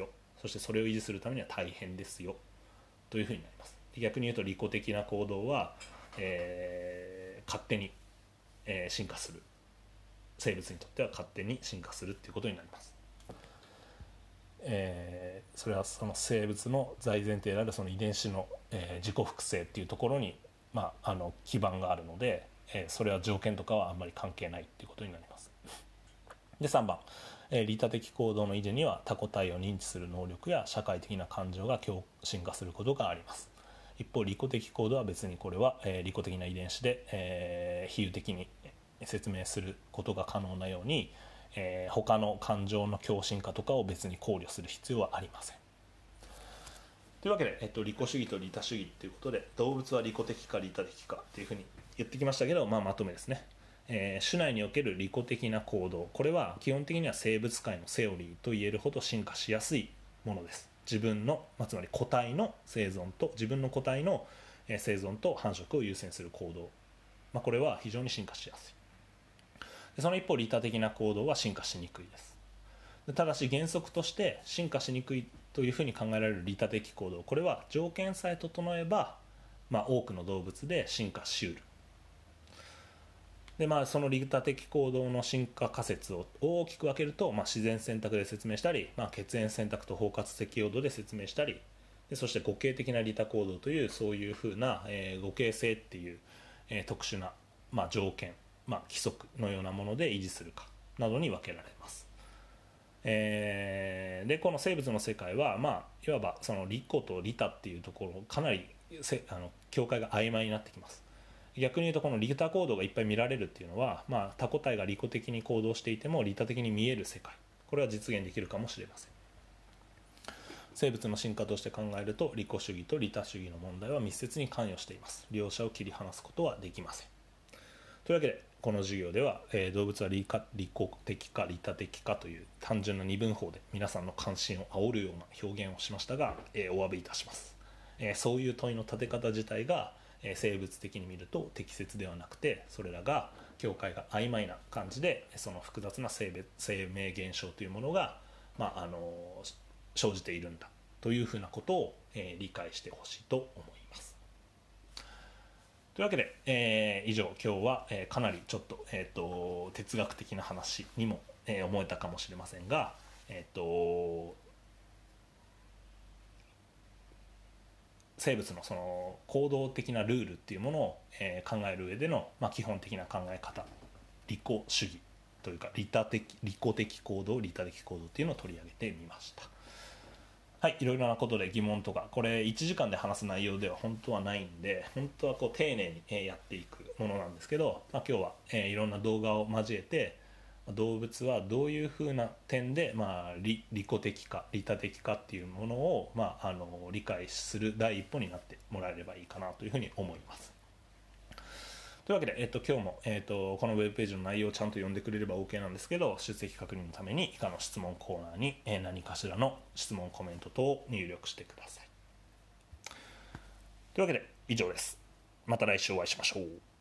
そしてそれを維持するためには大変ですよというふうになります。逆に言うと利己的な行動は、えー、勝手に、えー、進化する、生物にとっては勝手に進化するっていうことになります。えー、それはその生物の大前提であるその遺伝子の、えー、自己複製っていうところに、まあ、あの基盤があるので、えー、それは条件とかはあんまり関係ないっていうことになります。でさんばん、えー、利他的行動の維持には他個体を認知する能力や社会的な感情が強進化することがあります。一方利己的行動は別にこれは、えー、利己的な遺伝子で、えー、比喩的に説明することが可能なように、えー、他の感情の強進化とかを別に考慮する必要はありません。というわけで、えっと、利己主義と利他主義ということで、動物は利己的か利他的かというふうに言ってきましたけど、まあ、まとめですね。えー、種内における利己的な行動、これは基本的には生物界のセオリーと言えるほど進化しやすいものです。自分の、まあ、つまり個体の生存と自分の個体の生存と繁殖を優先する行動、まあ、これは非常に進化しやすい。でその一方利他的な行動は進化しにくいです。でただし原則として進化しにくいというふうに考えられる利他的行動、これは条件さえ整えば、まあ、多くの動物で進化しうる。でまあ、その利他的行動の進化仮説を大きく分けると、まあ、自然選択で説明したり、まあ、血縁選択と包括適応度で説明したり、でそして互恵的な利他行動というそういうふうな、えー、互恵性っていう、えー、特殊な、まあ、条件、まあ、規則のようなもので維持するかなどに分けられます。えー、でこの生物の世界は、まあ、いわばその利己と利他っていうところかなりせあの境界が曖昧になってきます。逆に言うとこの利他行動がいっぱい見られるっていうのは、まあ、他個体が利己的に行動していても利他的に見える世界、これは実現できるかもしれません。生物の進化として考えると利己主義と利他主義の問題は密接に関与しています。両者を切り離すことはできません。というわけでこの授業では、えー、動物は利己的か利他的かという単純な二分法で皆さんの関心を煽るような表現をしましたが、えー、お詫びいたします。えー、そういう問いの立て方自体が生物的に見ると適切ではなくて、それらが境界が曖昧な感じでその複雑な生命生命現象というものが、まあ、あの生じているんだというふうなことを、えー、理解してほしいと思います。というわけで、えー、以上今日は、えー、かなりちょっと、えーと、哲学的な話にも、えー、思えたかもしれませんが、えーと生物のその行動的なルールっていうものを、えー、考える上での、まあ、基本的な考え方、利己主義というか利他的利己的行動利他的行動っていうのを取り上げてみました。はい、いろいろなことで疑問とか、これいちじかんで話す内容では本当はないんで、本当はこう丁寧にやっていくものなんですけど、まあ、今日は、えー、いろんな動画を交えて動物はどういうふうな点で、まあ、利, 利己的か利他的かっていうものを、まあ、あの理解する第一歩になってもらえればいいかなというふうに思います。というわけで、えっと、今日も、えっと、このウェブページの内容をちゃんと読んでくれれば OK なんですけど、出席確認のために以下の質問コーナーに、えー、何かしらの質問コメント等を入力してください。というわけで以上です。また来週お会いしましょう。